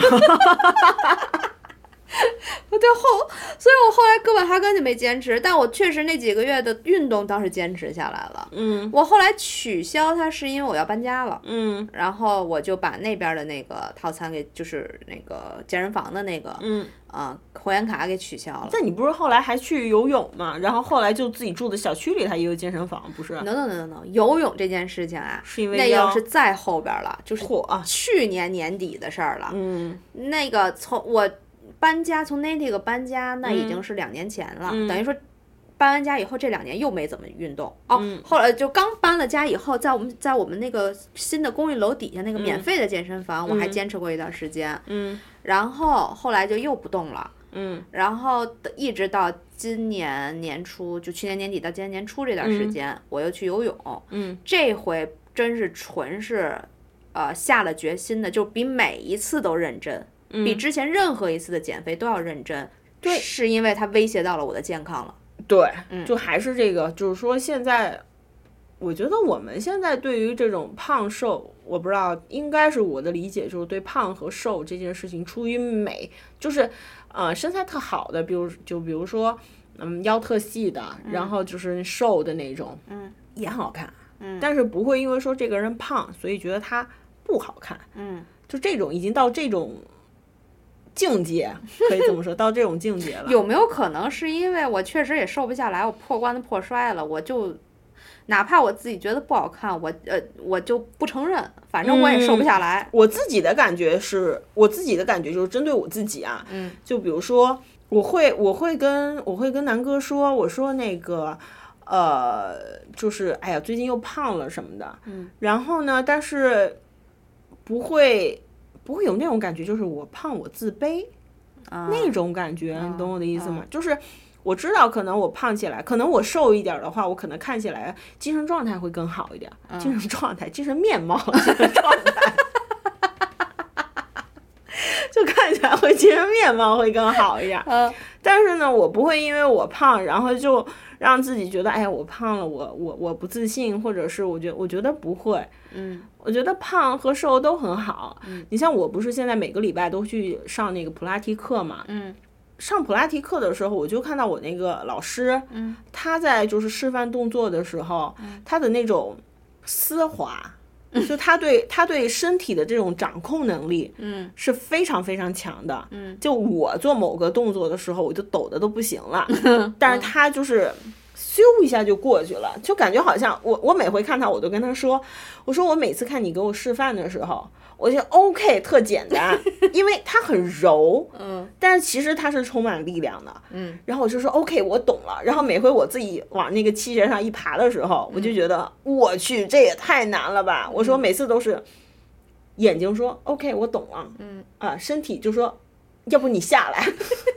所以我后来哥本哈根就没坚持，但我确实那几个月的运动倒是坚持下来了。我后来取消它是因为我要搬家了。然后我就把那边的那个套餐给就是那个健身房的那个会员卡给取消了。 但你不是后来还去游泳吗？然后后来就自己住的小区里它也有健身房，不是 ？No， 游泳这件事情啊， 是因为那要是再后边了，就是去年年底的事儿了。那个从我搬家从 Natick 搬家，那已经是2年前了，等于说搬完家以后这2年又没怎么运动。后来就刚搬了家以后，在我们那个新的公寓楼底下那个免费的健身房，我还坚持过一段时间。然后后来就又不动了。然后一直到今年年初，就去年年底到今年年初这段时间，我又去游泳。这回真是纯是下了决心的，就比每一次都认真。比之前任何一次的减肥都要认真。 对， 是因为它威胁到了我的健康了。 对，就还是这个，就是说现在我觉得我们现在对于这种胖瘦，我不知道，应该是我的理解就是对胖和瘦这件事情出于美，就是身材特好的，比如说腰特细的，然后就是瘦的那种，也很好看，但是不会因为说这个人胖所以觉得他不好看，就这种已经到这种境界，可以这么说，到这种境界了。 有没有可能是因为我确实也瘦不下来，我破罐子破摔了，我就哪怕我自己觉得不好看，我就不承认，反正我也瘦不下来。 我自己的感觉就是针对我自己啊，就比如说我会跟南哥说，我说那个就是哎呀最近又胖了什么的，然后呢，但是不会有那种感觉，就是我胖我自卑，那种感觉，你懂我的意思吗？就是我知道可能我胖起来，可能我瘦一点的话，我可能看起来精神状态会更好一点，精神面貌，精神状态就看起来会精神面貌会更好一点。但是呢，我不会因为我胖，然后就让自己觉得，哎呀，我胖了，我不自信，或者是我觉得不会。我觉得胖和瘦都很好。你像我不是现在每个礼拜都去上那个普拉提课嘛？上普拉提课的时候，我就看到我那个老师，他在就是示范动作的时候，他的那种丝滑。就他对身体的这种掌控能力，是非常非常强的。就我做某个动作的时候，我就抖的都不行了，但是他就是咻一下就过去了，就感觉好像我每回看他，我都跟他说，我说我每次看你给我示范的时候，我觉得 OK 特简单，因为它很柔，但是其实它是充满力量的，然后我就说 OK 我懂了，然后每回我自己往那个器械上一爬的时候，我就觉得我去这也太难了吧，我说每次都是眼睛说 OK 我懂了，身体就说要不你下来。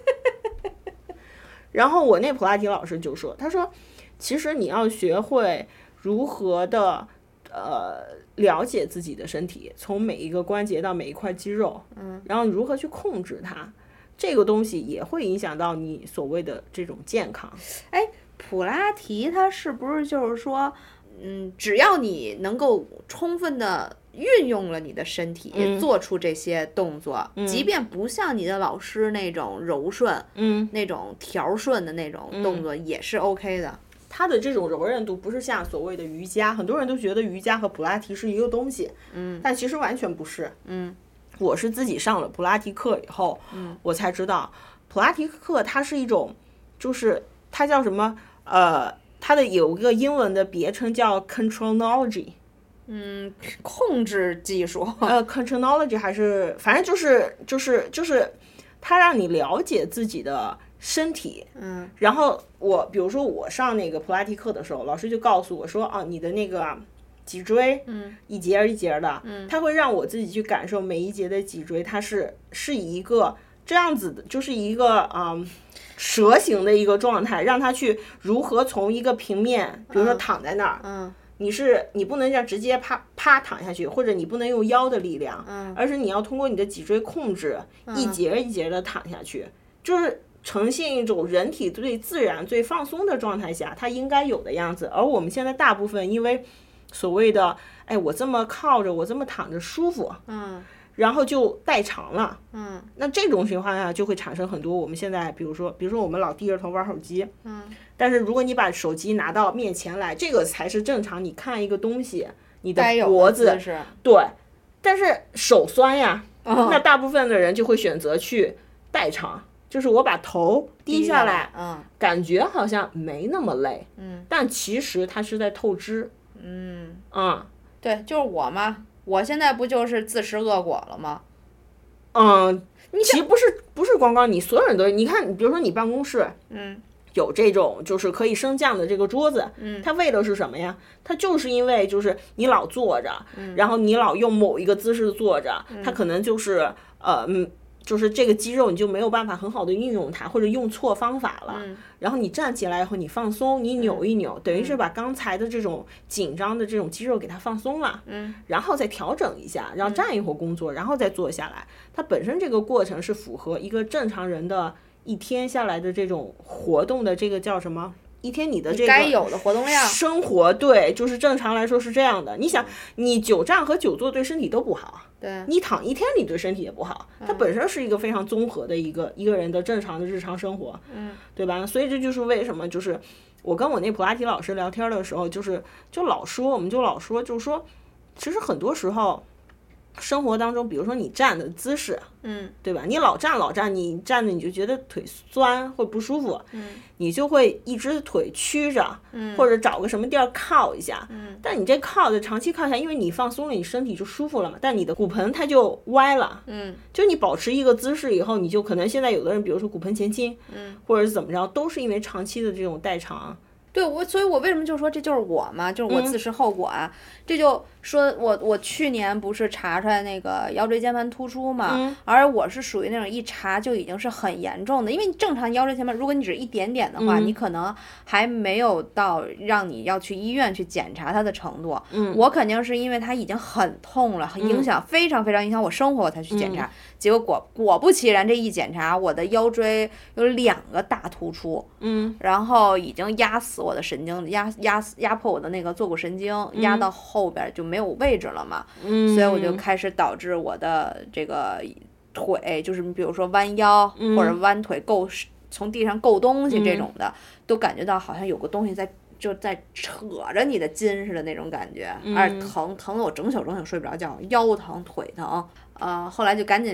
然后我那普拉提老师就说，他说其实你要学会如何的了解自己的身体，从每一个关节到每一块肌肉，然后如何去控制它，这个东西也会影响到你所谓的这种健康。 哎，普拉提它是不是就是说，只要你能够充分的运用了你的身体，做出这些动作，即便不像你的老师那种柔顺，那种调顺的那种动作，也是 OK 的。 它的这种柔韧度不是像所谓的瑜伽，很多人都觉得瑜伽和普拉提是一个东西，但其实完全不是。我是自己上了普拉提课以后，我才知道普拉提课它是一种，就是它叫什么？它的有一个英文的别称叫 controlology。 控制技术。 controlology 还是反正就是它让你了解自己的身体。然后比如说我上那个普拉提课的时候，老师就告诉我说，你的那个脊椎，一节一节的，它会让我自己去感受每一节的脊椎，它是以一个这样子的，就是一个蛇形的一个状态，让它去如何从一个平面，比如说躺在那儿，你不能这样直接啪躺下去，或者你不能用腰的力量，而是你要通过你的脊椎控制，一节一节的躺下去，就是呈现一种人体最自然最放松的状态下它应该有的样子。而我们现在大部分因为所谓的我这么靠着，我这么躺着舒服，然后就代偿了，那这种情况下就会产生很多我们现在比如说我们老低着头玩手机，但是如果你把手机拿到面前来，这个才是正常，你看一个东西你的脖子，对，但是手酸呀，那大部分的人就会选择去代偿，就是我把头低下来，感觉好像没那么累，但其实它是在透支， 对，就是我嘛，我现在不就是自食恶果了吗？ 其实不是光光你，所有人都，你看，比如说你办公室，有这种就是可以升降的这个桌子，它为的是什么呀？它就是因为就是你老坐着，然后你老用某一个姿势坐着，它可能就是就是这个肌肉你就没有办法很好的运用它，或者用错方法了，然后你站起来以后你放松，你扭一扭，等于是把刚才的这种紧张的这种肌肉给它放松了，然后再调整一下，然后站一会儿工作，然后再坐下来，它本身这个过程是符合一个正常人的一天下来的这种活动的这个叫什么？一天你的这个该有的活动量， 生活，对，就是正常来说是这样的。你想，你久站和久坐对身体都不好， 对， 你躺一天你对身体也不好，它本身是一个非常综合的一个人的正常的日常生活，对吧？所以这就是为什么就是我跟我那普拉提老师聊天的时候，就老说，就是说，其实很多时候生活当中，比如说你站的姿势，对吧？你老站，你站着你就觉得腿酸或不舒服，你就会一只腿曲着，或者找个什么地儿靠一下，但你这靠着长期靠下，因为你放松了，你身体就舒服了嘛，但你的骨盆它就歪了，就你保持一个姿势以后，你就可能现在有的人，比如说骨盆前倾，或者是怎么着，都是因为长期的这种代偿。 对，所以我为什么就说这就是我嘛，就是我自食后果啊。这就说我去年不是查出来那个腰椎间盘突出嘛，而我是属于那种一查就已经是很严重的，因为正常腰椎间盘，如果你只一点点的话，你可能还没有到让你要去医院去检查它的程度。我肯定是因为它已经很痛了，很影响，非常非常影响我生活，我才去检查。结果果不其然，这一检查，我的腰椎有2个大突出，然后已经压死我的神经，压迫我的那个坐骨神经，压到后边就没有位置了嘛，所以我就开始导致我的这个腿，就是比如说弯腰或者弯腿从地上够东西这种的，都感觉到好像有个东西在扯着你的筋似的那种感觉，而疼得我整宿睡不着觉，腰疼腿疼，后来就赶紧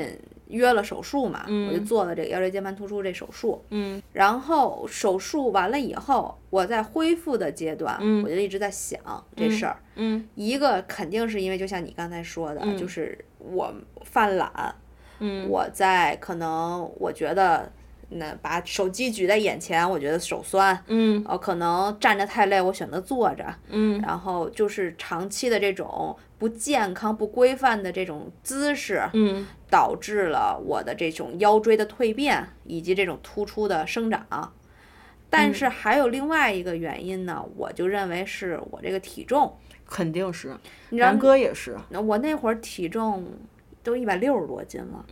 约了手术嘛，我就做了这个腰椎间盘突出这手术。然后手术完了以后，我在恢复的阶段，我就一直在想这事儿。一个肯定是因为就像你刚才说的，就是我犯懒。我在可能我觉得。那把手机举在眼前，我觉得手酸。可能站着太累，我选择坐着。然后就是长期的这种不健康、不规范的这种姿势，导致了我的这种腰椎的蜕变以及这种突出的生长。但是还有另外一个原因呢，我就认为是我这个体重。 肯定是，南哥也是。 我那会儿体重都160多斤了。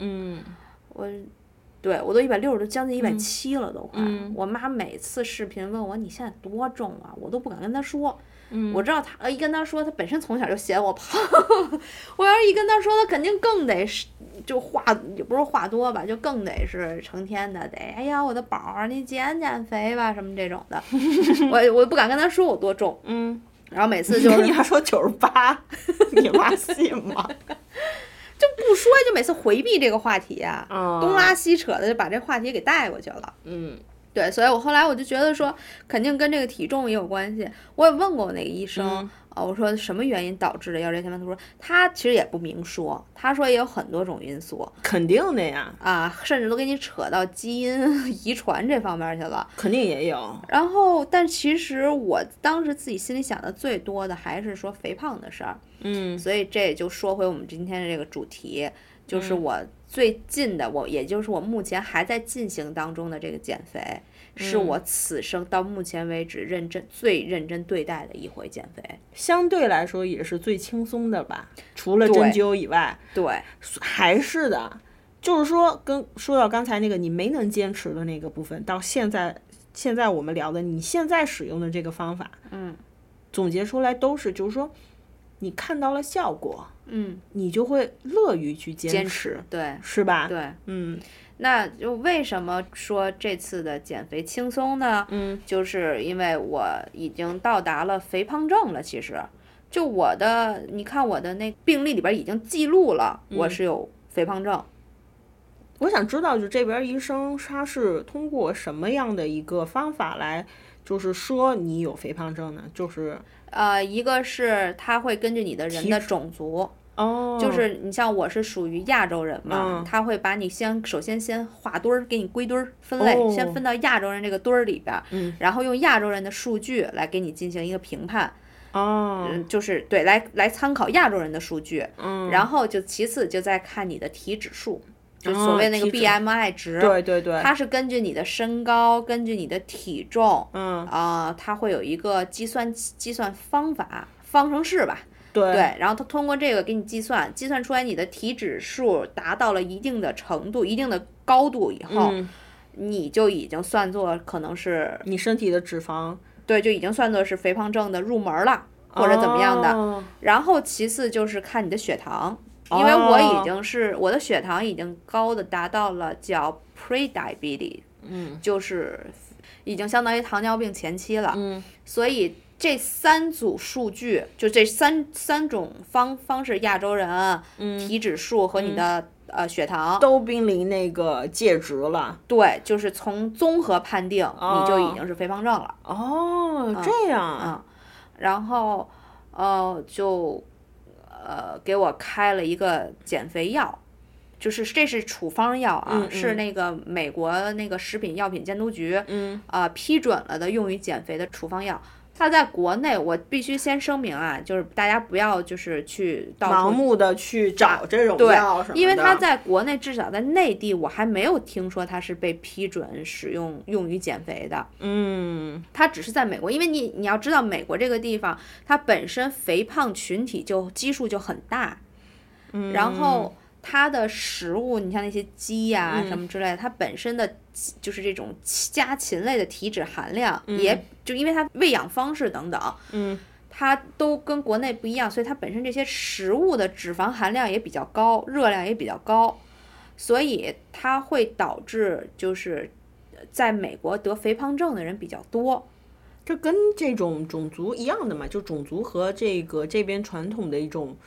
我都160多，将近170了都快。我妈每次视频问我你现在多重啊，我都不敢跟她说。我知道她一跟她说，她本身从小就嫌我胖。我要是一跟她说，她肯定更得就话也不是话多吧，就更得是成天的得哎呀我的宝儿，你减肥吧什么这种的。我不敢跟她说我多重。然后每次就你还说98，你妈信吗？ 就不说，就每次回避这个话题啊，东拉西扯的就把这话题给带过去了。对，所以我后来我就觉得说，肯定跟这个体重也有关系。我也问过那个医生，我说什么原因导致的腰椎间盘突出？他其实也不明说，他说也有很多种因素。 肯定的呀。 甚至都给你扯到基因遗传这方面去了。 肯定也有。 然后，但其实我当时自己心里想的最多的还是说肥胖的事儿。所以这也就说回我们今天的这个主题，就是我最近的也就是我目前还在进行当中的这个减肥，是我此生到目前为止最认真对待的一回减肥。 相对来说也是最轻松的吧，除了针灸以外。 对， 还是的，就是说说到刚才那个你没能坚持的那个部分，到现在我们聊的你现在使用的这个方法，总结出来都是就是说。你看到了效果，你就会乐于去坚持， 对， 是吧？ 对，那就为什么说这次的减肥轻松呢？就是因为我已经到达了肥胖症了。其实，就你看我的那病历里边已经记录了，我是有肥胖症。 我想知道，就这边医生他是通过什么样的一个方法来，就是说你有肥胖症呢？就是一个是他会根据你的人的种族，就是你像我是属于亚洲人嘛，他会把你首先划堆儿，给你归堆儿分类，先分到亚洲人这个堆儿里边，然后用亚洲人的数据来给你进行一个评判。就是对，来参考亚洲人的数据，然后就其次就再看你的体指数。就所谓那个 BMI 值， 对， 它是根据你的身高，根据你的体重，它会有一个计算方法，方程式吧，对，然后它通过这个给你计算出来你的体指数达到了一定的程度、一定的高度以后，你就已经算作可能是你身体的脂肪， 对，就已经算作是肥胖症的入门了，或者怎么样的。然后其次就是看你的血糖。因为我的血糖已经高的达到了叫 pre-diabetes，就是已经相当于糖尿病前期了，所以这3组数据，就这三种方式，亚洲人，体指数和你的血糖都濒临那个界值了。 对，就是从综合判定，你就已经是肥胖症了。 这样。 然后就。给我开了一个减肥药，就是这是处方药啊，是那个美国那个食品药品监督局批准了的用于减肥的处方药。它在国内，我必须先声明啊，就是大家不要就是去盲目的去找这种药什么的， 因为它在国内至少在内地，我还没有听说它是被批准使用于减肥的。它只是在美国，因为你要知道，美国这个地方它本身肥胖群体基数就很大，然后它的食物，你像那些鸡呀什么之类的，它本身的就是这种家禽类的体脂含量，也就因为它喂养方式等等，它都跟国内不一样，所以它本身这些食物的脂肪含量也比较高，热量也比较高，所以它会导致就是在美国得肥胖症的人比较多。 这跟这种种族一样的嘛，就种族和这边传统的一种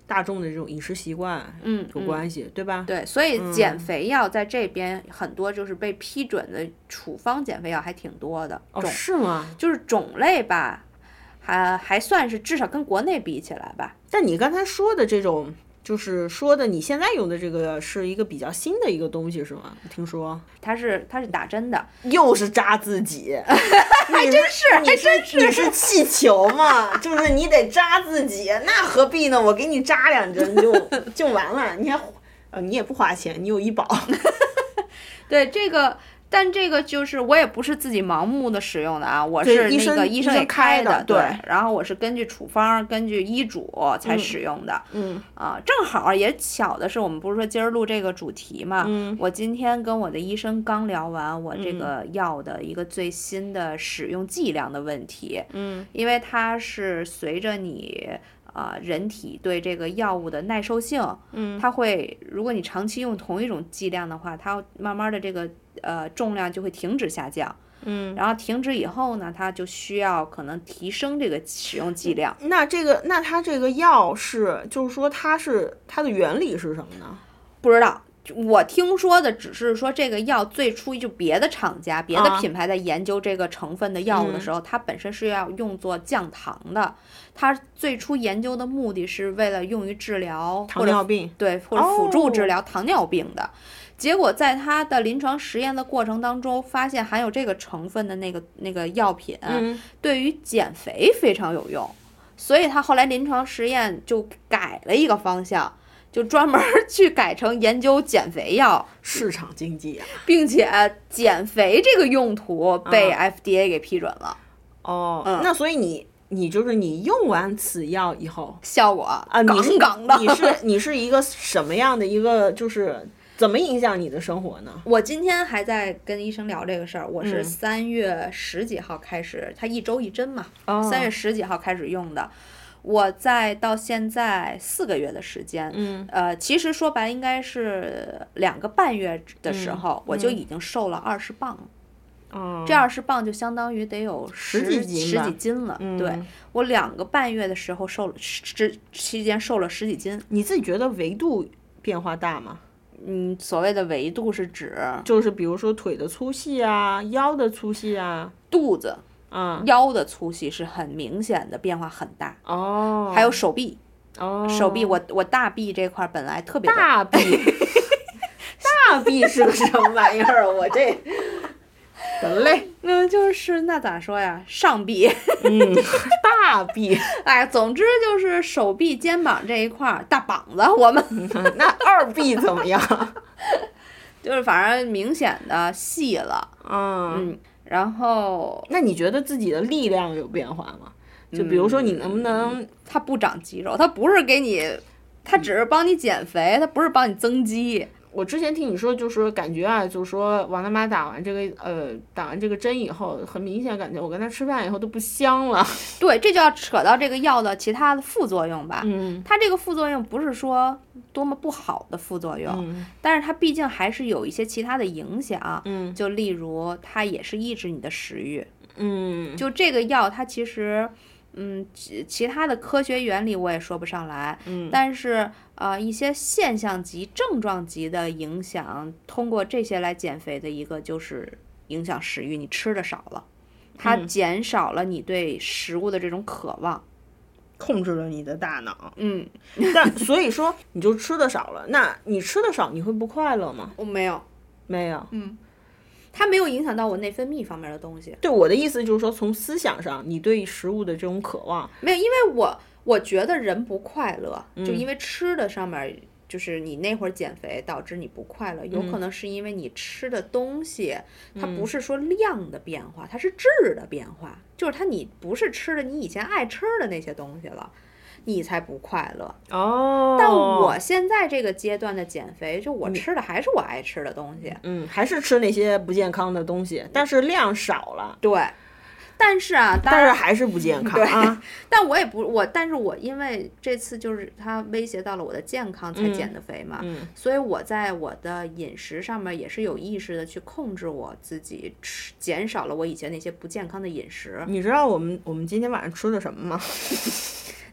大众的这种饮食习惯有关系，对吧？ 对，所以减肥药在这边很多就是被批准的处方减肥药还挺多的。 是吗？ 就是种类吧，还算是至少跟国内比起来吧。 但你刚才说的这种。就是说的，你现在用的这个是一个比较新的一个东西是吗？我听说它是打针的， 又是扎自己， 还真是， 你是气球嘛？就是你得扎自己，那何必呢？我给你扎2针就完了，你还你也不花钱，你有医保。 对这个。但这个就是我也不是自己盲目的使用的啊，我是那个医生给开的， 对， 然后我是根据处方、根据医嘱才使用的。正好也巧的是，我们不是说今儿录这个主题嘛，我今天跟我的医生刚聊完我这个药的一个最新的使用剂量的问题，因为它是随着你。人体对这个药物的耐受性，它会，如果你长期用同一种剂量的话，它慢慢的这个重量就会停止下降，然后停止以后呢，它就需要可能提升这个使用剂量。 那它这个药是，就是说它的原理是什么呢？ 不知道。我听说的只是说这个药最初就别的厂家、别的品牌在研究这个成分的药物的时候，它本身是要用作降糖的。它最初研究的目的是为了用于治疗糖尿病， 对，或者辅助治疗糖尿病的。结果在它的临床实验的过程当中，发现含有这个成分的那个药品，对于减肥非常有用。所以它后来临床实验就改了一个方向。就专门去改成研究减肥药， 市场经济啊， 并且减肥这个用途被 FDA 给批准了。 那所以你就是你用完此药以后， 效果杠杠的。 你是一个什么样的一个，就是怎么影响你的生活呢？ 我今天还在跟医生聊这个事儿，我是3月10几号开始，他1周1针嘛，3月10几号开始用的。我到现在4个月的时间，其实说白了应该是2个半月的时候，我就已经瘦了20磅了。这20磅就相当于得有十几斤了。对，我2个半月的时候瘦了，期间瘦了10几斤。 你自己觉得维度变化大吗？ 所谓的维度是指， 就是比如说腿的粗细啊，腰的粗细啊， 肚子。腰的粗细是很明显的变化很大还有手臂手臂我大臂这块本来特别大臂大臂是个什么玩意儿啊？我这得嘞， 就是那咋说呀？上臂大臂哎，总之就是手臂肩膀这一块大膀子我们那2臂怎么样？ 就是反正明显的细了然后， 那你觉得自己的力量有变化吗？就比如说，你能不能？ 它不长肌肉，它不是给你，它只是帮你减肥，它不是帮你增肌。 我之前听你说，就是感觉啊，就是说王大妈打完这个针以后，很明显感觉我跟她吃饭以后都不香了。 对，这就要扯到这个药的其他的副作用吧。它这个副作用不是说多么不好的副作用，但是它毕竟还是有一些其他的影响。就例如它也是抑制你的食欲。就这个药它其实。其他的科学原理我也说不上来，但是一些现象级、症状级的影响，通过这些来减肥的一个就是影响食欲，你吃的少了，它减少了你对食物的这种渴望， 控制了你的大脑。但所以说你就吃的少了，那你吃的少，你会不快乐吗？ 我没有， 没有。 它没有影响到我内分泌方面的东西。 对，我的意思就是说，从思想上，你对食物的这种渴望没有，因为我觉得人不快乐，就因为吃的上面，就是你那会儿减肥导致你不快乐，有可能是因为你吃的东西，它不是说量的变化，它是质的变化，就是你不是吃的你以前爱吃的那些东西了。你才不快乐但我现在这个阶段的减肥，就我吃的还是我爱吃的东西， 还是吃那些不健康的东西，但是量少了。 对，但是还是不健康啊。 但是我因为这次就是它威胁到了我的健康才减的肥嘛，所以我在我的饮食上面也是有意识的去控制我自己减少了我以前那些不健康的饮食。 你知道我们今天晚上吃的什么吗？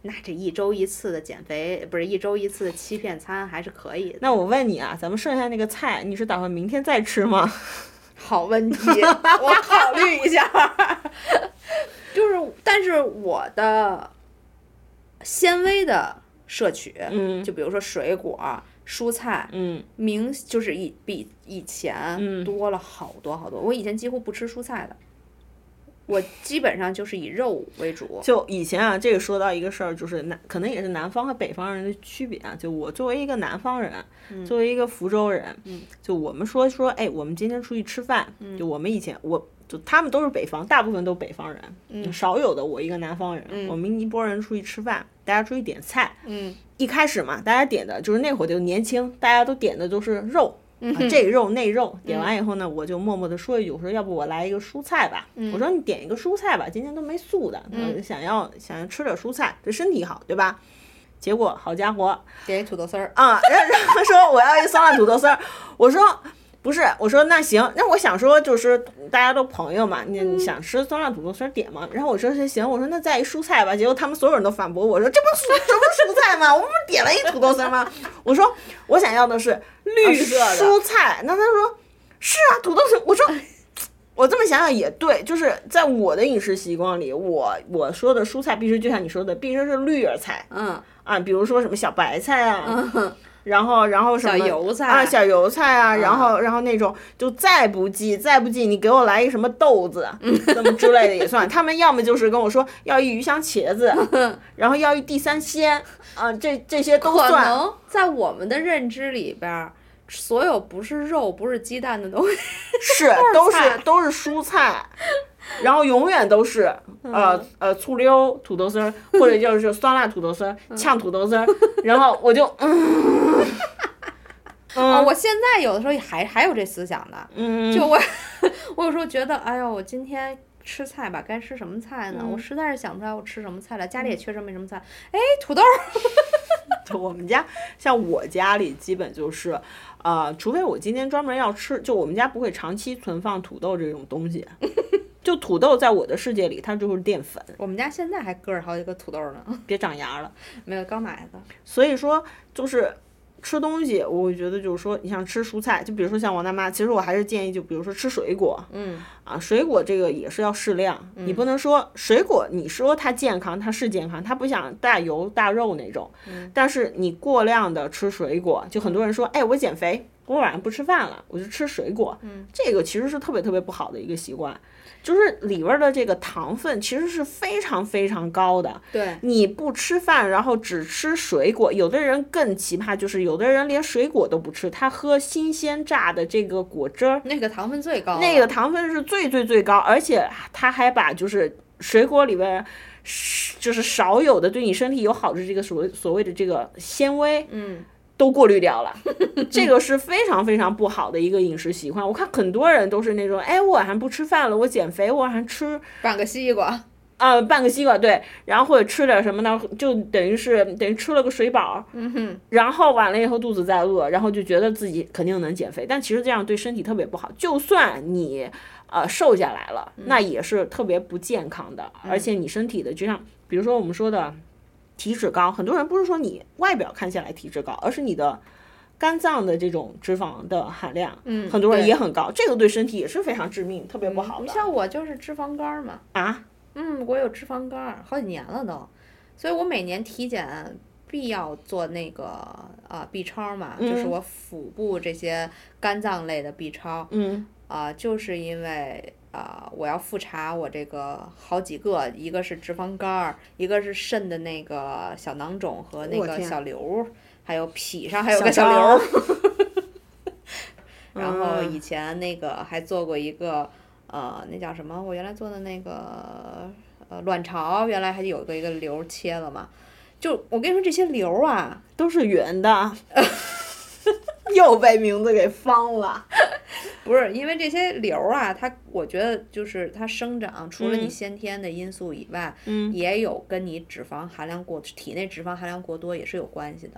那这一周一次的减肥，不是一周一次的欺骗餐还是可以的。 那我问你啊，咱们剩下那个菜，你是打算明天再吃吗？ 好问题，我考虑一下。就是，但是我的纤维的摄取，就比如说水果、蔬菜，就是比以前多了好多好多。我以前几乎不吃蔬菜的。我基本上就是以肉为主。 就以前啊，这个说到一个事儿，就是可能也是南方和北方人的区别啊。就我作为一个南方人，作为一个福州人，就我们说，哎，我们今天出去吃饭，就我们以前就他们都是北方，大部分都北方人，少有的我一个南方人，我们一拨人出去吃饭，大家出去点菜，一开始嘛，大家点的就是那会儿就年轻，大家都点的都是肉。这肉那肉，点完以后呢，我就默默地说一句，我说要不我来一个蔬菜吧，我说你点一个蔬菜吧，今天都没素的，想要吃点蔬菜，对身体好，对吧？结果好家伙， 点一土豆丝儿啊，然后说我要一酸辣土豆丝儿，我说不是，我说那行，那我想说就是大家都朋友嘛，你想吃酸辣土豆丝点吗？然后我说行，我说那再一蔬菜吧，结果他们所有人都反驳我说这不是蔬菜吗？我们不是点了一土豆丝吗？我说我想要的是绿色的蔬菜，那他说是啊，土豆丝，我说。我这么想想也对，就是在我的饮食习惯里，我说的蔬菜必须就像你说的，必须是绿叶菜，比如说什么小白菜啊，然后什么小油菜啊，小油菜啊，然后那种就再不济，你给我来一个什么豆子，什么之类的也算。他们要么就是跟我说要一鱼香茄子，然后要一地三鲜啊，这些都算。 可能在我们的认知里边。所有不是肉不是鸡蛋的东西都是蔬菜，然后永远都是醋溜土豆丝儿，或者就是酸辣土豆丝儿、炝土豆丝儿，然后我就我现在有的时候还有这思想的，就我有时候觉得，哎呦，我今天吃菜吧，该吃什么菜呢？我实在是想不出来我吃什么菜了，家里也确实没什么菜，哎，土豆。 我们家像我家里基本就是，除非我今天专门要吃，就我们家不会长期存放土豆这种东西。就土豆在我的世界里，它就是淀粉。 我们家现在还搁着好几个土豆呢， 别长芽了。 没有，刚买的。 所以说，就是吃东西，我觉得就是说，你像吃蔬菜，就比如说像王大妈，其实我还是建议，就比如说吃水果。水果这个也是要适量，你不能说水果，你说它健康，它是健康，它不想大油大肉那种。但是你过量的吃水果，就很多人说，哎，我减肥，我晚上不吃饭了，我就吃水果。这个其实是特别特别不好的一个习惯。就是里边的这个糖分其实是非常非常高的。 对， 你不吃饭，然后只吃水果，有的人更奇葩，就是有的人连水果都不吃，他喝新鲜榨的这个果汁儿， 那个糖分最高， 那个糖分是最高，而且他还把就是水果里边就是少有的对你身体有好的这个所谓的这个纤维，都过滤掉了，这个是非常非常不好的一个饮食习惯。我看很多人都是那种，哎，我晚上不吃饭了，我减肥，我晚上吃半个西瓜， 半个西瓜，对，然后或者吃点什么呢，就等于吃了个水饱，然后完了以后肚子再饿，然后就觉得自己肯定能减肥，但其实这样对身体特别不好。就算你瘦下来了，那也是特别不健康的，而且你身体的就像比如说我们说的。体脂高，很多人不是说你外表看起来体脂高，而是你的肝脏的这种脂肪的含量，很多人也很高，这个对身体也是非常致命，特别不好的。 像我就是脂肪肝嘛。我有脂肪肝，好几年了都，所以我每年体检必要做那个B 超嘛，就是我腹部这些肝脏类的 B 超，就是因为。我要复查我这个好几个，一个是脂肪肝，一个是肾的那个小囊肿和那个小瘤，还有脾上还有个小瘤。然后以前那个还做过一个那叫什么？我原来做的那个卵巢，原来还有一个瘤切了嘛。就我跟你说，这些瘤啊都是圆的。又被名字给方了。 不是因为这些瘤啊，我觉得就是它生长，除了你先天的因素以外，也有跟你体内脂肪含量过多也是有关系的。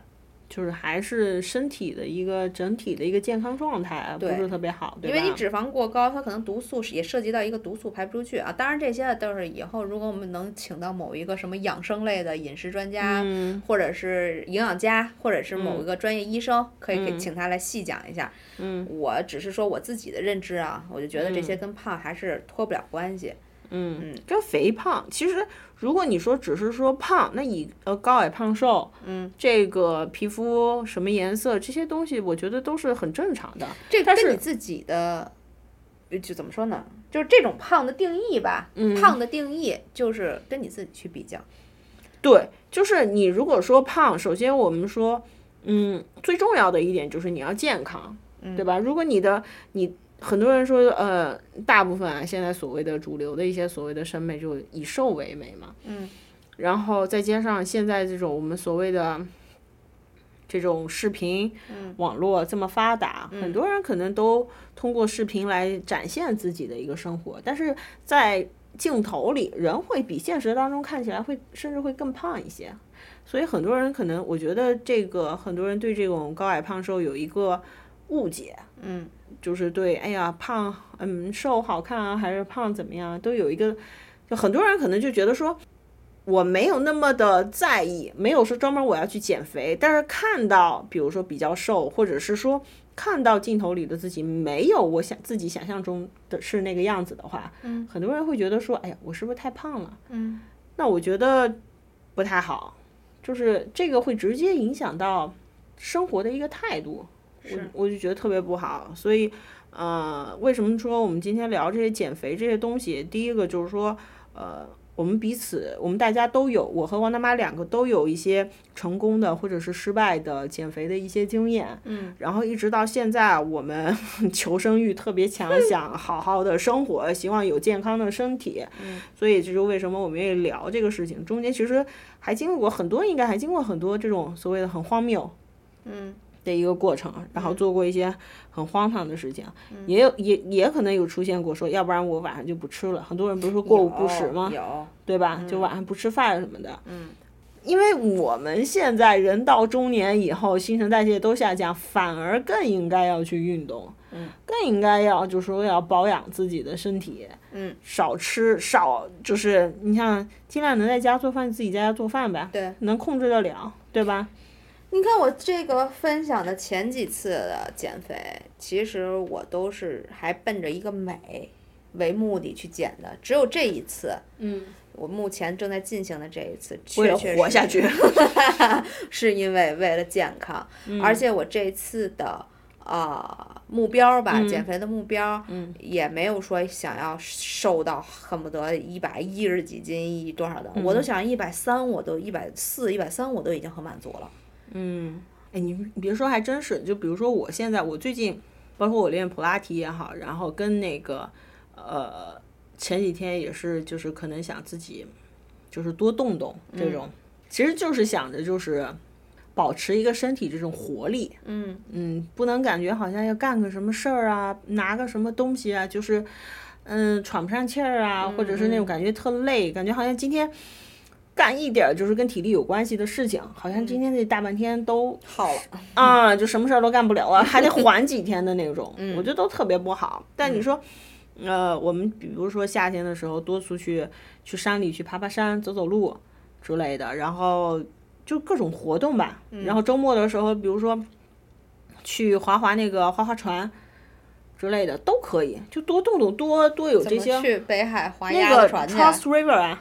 就是还是身体的一个整体的一个健康状态不是特别好，对吧？ 因为你脂肪过高，它可能毒素也涉及到一个毒素排不出去啊。当然这些都是以后如果我们能请到某一个什么养生类的饮食专家，或者是营养家，或者是某一个专业医生，可以请他来细讲一下。我只是说我自己的认知啊，我就觉得这些跟胖还是脱不了关系。 这肥胖其实如果你说只是说胖，那以高矮胖瘦，这个皮肤什么颜色这些东西，我觉得都是很正常的。 这跟你自己的就怎么说呢？就是这种胖的定义吧，胖的定义就是跟你自己去比较。 对，就是你如果说胖，首先我们说，最重要的一点就是你要健康，对吧？如果你很多人说，大部分现在所谓的主流的一些所谓的审美就以瘦为美嘛，然后再加上现在这种我们所谓的这种视频网络这么发达，很多人可能都通过视频来展现自己的一个生活，但是在镜头里人会比现实当中看起来甚至会更胖一些，所以很多人可能我觉得很多人对这种高矮胖瘦有一个误解，就是对，哎呀，胖，瘦好看啊，还是胖怎么样，都有一个，就很多人可能就觉得说，我没有那么的在意，没有说专门我要去减肥，但是看到，比如说比较瘦，或者是说看到镜头里的自己没有我自己想象中的是那个样子的话，很多人会觉得说，哎呀，我是不是太胖了？那我觉得不太好，就是这个会直接影响到生活的一个态度。我就觉得特别不好，所以，为什么说我们今天聊这些减肥这些东西？第一个就是说，我们大家都有，我和王大妈两个都有一些成功的或者是失败的减肥的一些经验，然后一直到现在，我们求生欲特别强，想好好的生活，希望有健康的身体，所以这就为什么我们愿意聊这个事情。中间其实还经历过很多，应该还经过很多这种所谓的很荒谬，的一个过程，然后做过一些很荒唐的事情，也可能有出现过说，要不然我晚上就不吃了。很多人不是说过午不食吗？对吧？就晚上不吃饭什么的。因为我们现在人到中年以后，新陈代谢都下降，反而更应该要去运动，更应该就是说要保养自己的身体，少吃就是你像尽量能在家做饭，自己在家做饭呗， 对， 能控制得了，对吧？ 你看我这个分享的前几次的减肥，其实我都是还奔着一个美为目的去减的，只有这一次，我目前正在进行的这一次， 为了活下去， 是因为了健康，而且我这次的目标吧，减肥的目标，也没有说想要瘦到恨不得110几斤多少的，我都想130，我都140、130，我都已经很满足了。 你别说，还真是。就比如说，我最近，包括我练普拉提也好，然后跟那个前几天也是，就是可能想自己就是多动动这种，其实就是想着就是保持一个身体这种活力，不能感觉好像要干个什么事儿啊，拿个什么东西啊，就是喘不上气儿啊，或者是那种感觉特累，感觉好像今天干一点就是跟体力有关系的事情，好像今天这大半天都耗了就什么事儿都干不了了，还得缓几天的那种，我觉得都特别不好。但你说，我们比如说夏天的时候多出去山里去爬爬山、走走路之类的，然后就各种活动吧。然后周末的时候，比如说去划那个划船之类的都可以，就多动动，多有这些。 怎么去北海划鸭子船去？ 那个 Charles River 啊。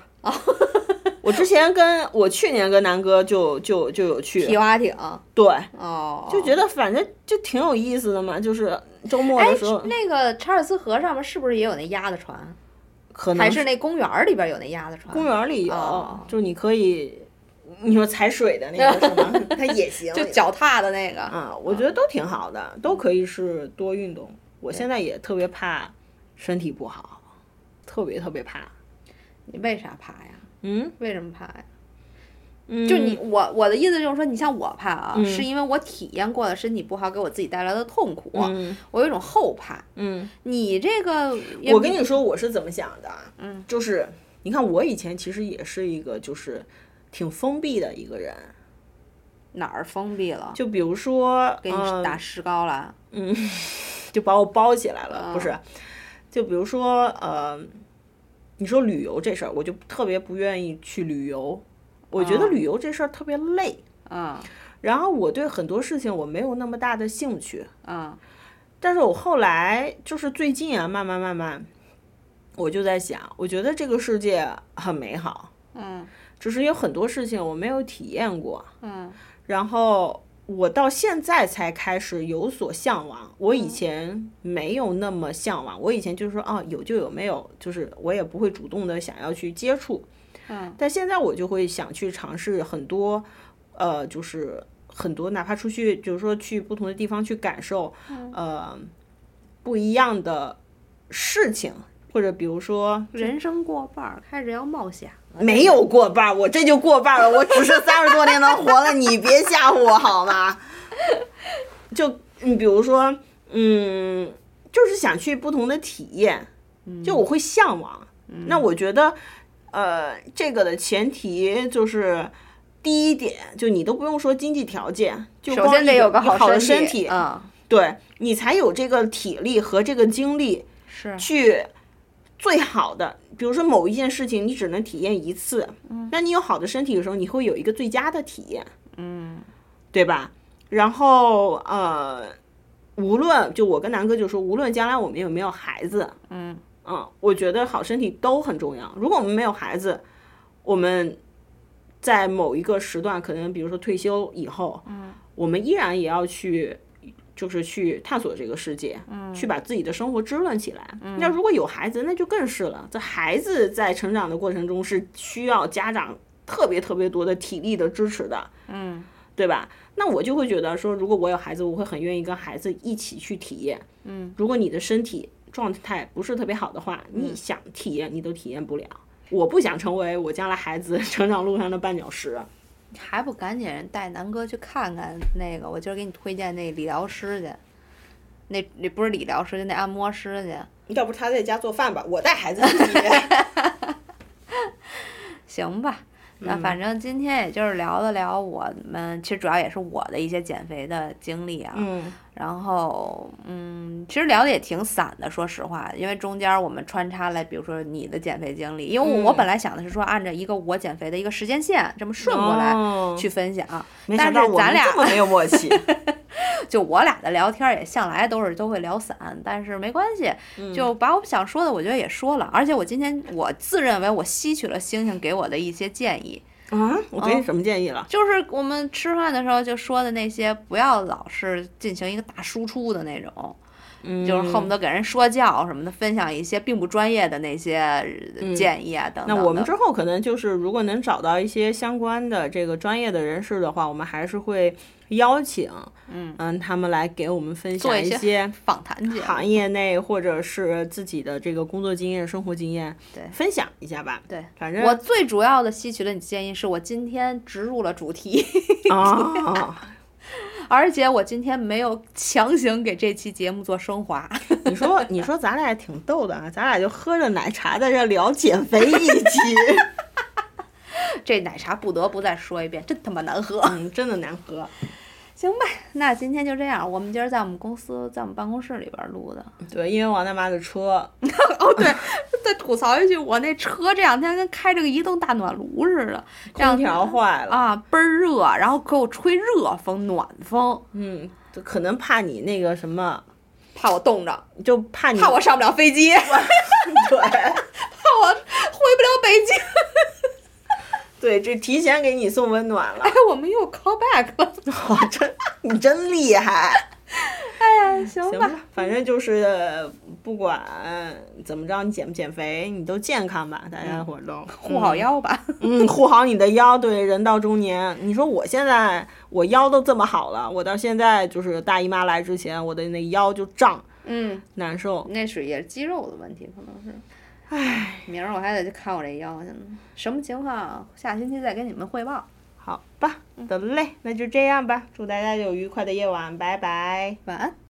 我去年跟南哥就有去皮划艇， 对，就觉得反正就挺有意思的嘛，就是周末的时候。 那个查尔斯河上面是不是也有那鸭子船？ 可能还是那公园里边有那鸭子船？ 公园里有，就你可以，你说踩水的那个是吗？它也行， 就脚踏的那个我觉得都挺好的，都可以是多运动。我现在也特别怕身体不好，特别怕。 你为啥怕呀？为什么怕呀？ 就我的意思就是说，你像我怕啊，是因为我体验过了身体不好给我自己带来的痛苦，我有一种后怕。你这个， 我跟你说我是怎么想的，就是你看我以前其实也是一个就是挺封闭的一个人， 哪儿封闭了？ 就比如说给你打石膏了？ 就把我包起来了，不是？就比如说你说旅游这事儿，我就特别不愿意去旅游。我觉得旅游这事儿特别累。然后我对很多事情我没有那么大的兴趣。但是我后来就是最近啊，慢慢，我就在想，我觉得这个世界很美好。只是有很多事情我没有体验过。然后我到现在才开始有所向往，我以前没有那么向往。我以前就是说，有就有，没有就是我也不会主动的想要去接触。但现在我就会想去尝试很多，就是很多，哪怕出去，就是说去不同的地方去感受，不一样的事情，或者比如说人生过半儿，开始要冒险。 没有过半儿，我这就过半儿了。我只是30多年能活了，你别吓唬我好吗？就你比如说，就是想去不同的体验，就我会向往。那我觉得，这个的前提就是第一点，就你都不用说经济条件，就首先得有个好的身体， 对你才有这个体力和这个精力是去最好的。比如说某一件事情你只能体验一次，那你有好的身体的时候，你会有一个最佳的体验，对吧？然后无论就我跟南哥就说，无论将来我们有没有孩子，我觉得好身体都很重要。如果我们没有孩子，我们在某一个时段，可能比如说退休以后，我们依然也要去。就是去探索这个世界，去把自己的生活滋润起来。那如果有孩子，那就更是了。这孩子在成长的过程中是需要家长特别多的体力的支持的，对吧？那我就会觉得说，如果我有孩子，我会很愿意跟孩子一起去体验。如果你的身体状态不是特别好的话，你想体验你都体验不了。我不想成为我将来孩子成长路上的绊脚石。 还不赶紧带南哥去看看那个？我今儿给你推荐那理疗师去，那不是理疗师，就那按摩师去。 要不他在家做饭吧，我带孩子去。 行吧，那反正今天也就是聊了聊我们，其实主要也是我的一些减肥的经历啊。然后其实聊的也挺散的，说实话，因为中间我们穿插了，比如说你的减肥经历，因为我本来想的是说按照一个我减肥的一个时间线这么顺过来去分享，但是咱俩这么没有默契。 就我俩的聊天也向来都会聊散，但是没关系，就把我想说的我觉得也说了，而且我今天我自认为我吸取了星星给我的一些建议。 我给你什么建议了？ 就是我们吃饭的时候就说的那些，不要老是进行一个大输出的那种，就是恨不得给人说教什么的，分享一些并不专业的那些建议啊等等。 那我们之后可能就是如果能找到一些相关的这个专业的人士的话，我们还是会邀请他们来给我们分享一些访谈节目， 行业内或者是自己的这个工作经验、生活经验，分享一下吧。 对， 反正我最主要的吸取的你建议是我今天植入了主题。而且我今天没有强行给这期节目做升华。 你说咱俩挺逗的啊，咱俩就喝着奶茶在这聊减肥一期。 这奶茶不得不再说一遍，真他妈难喝。 真的难喝。 行吧，那今天就这样。我们今儿在我们公司，在我们办公室里边录的。 对，因为王大妈的车。 对，再吐槽一句，我那车这两天跟开着个移动大暖炉似的， 空调坏了啊，倍儿热，然后给我吹热风、暖风。 就可能怕你那个什么， 怕我冻着， 就怕我上不了飞机。 对，怕我回不了北京。 对，这提前给你送温暖了。 我们又 call back 了。 你真厉害。 哎呀，行吧， 反正就是不管怎么着，你减不减肥，你都健康吧，大家伙都护好腰吧。 护好你的腰。对，人到中年，你说我现在我腰都这么好了，我到现在就是大姨妈来之前，我的那腰就胀，难受。 那是也是肌肉的问题，可能是。明儿我还得去看我这腰去呢，什么情况？下星期再跟你们汇报。 好吧，得嘞，那就这样吧。祝大家有愉快的夜晚，拜拜， 晚安。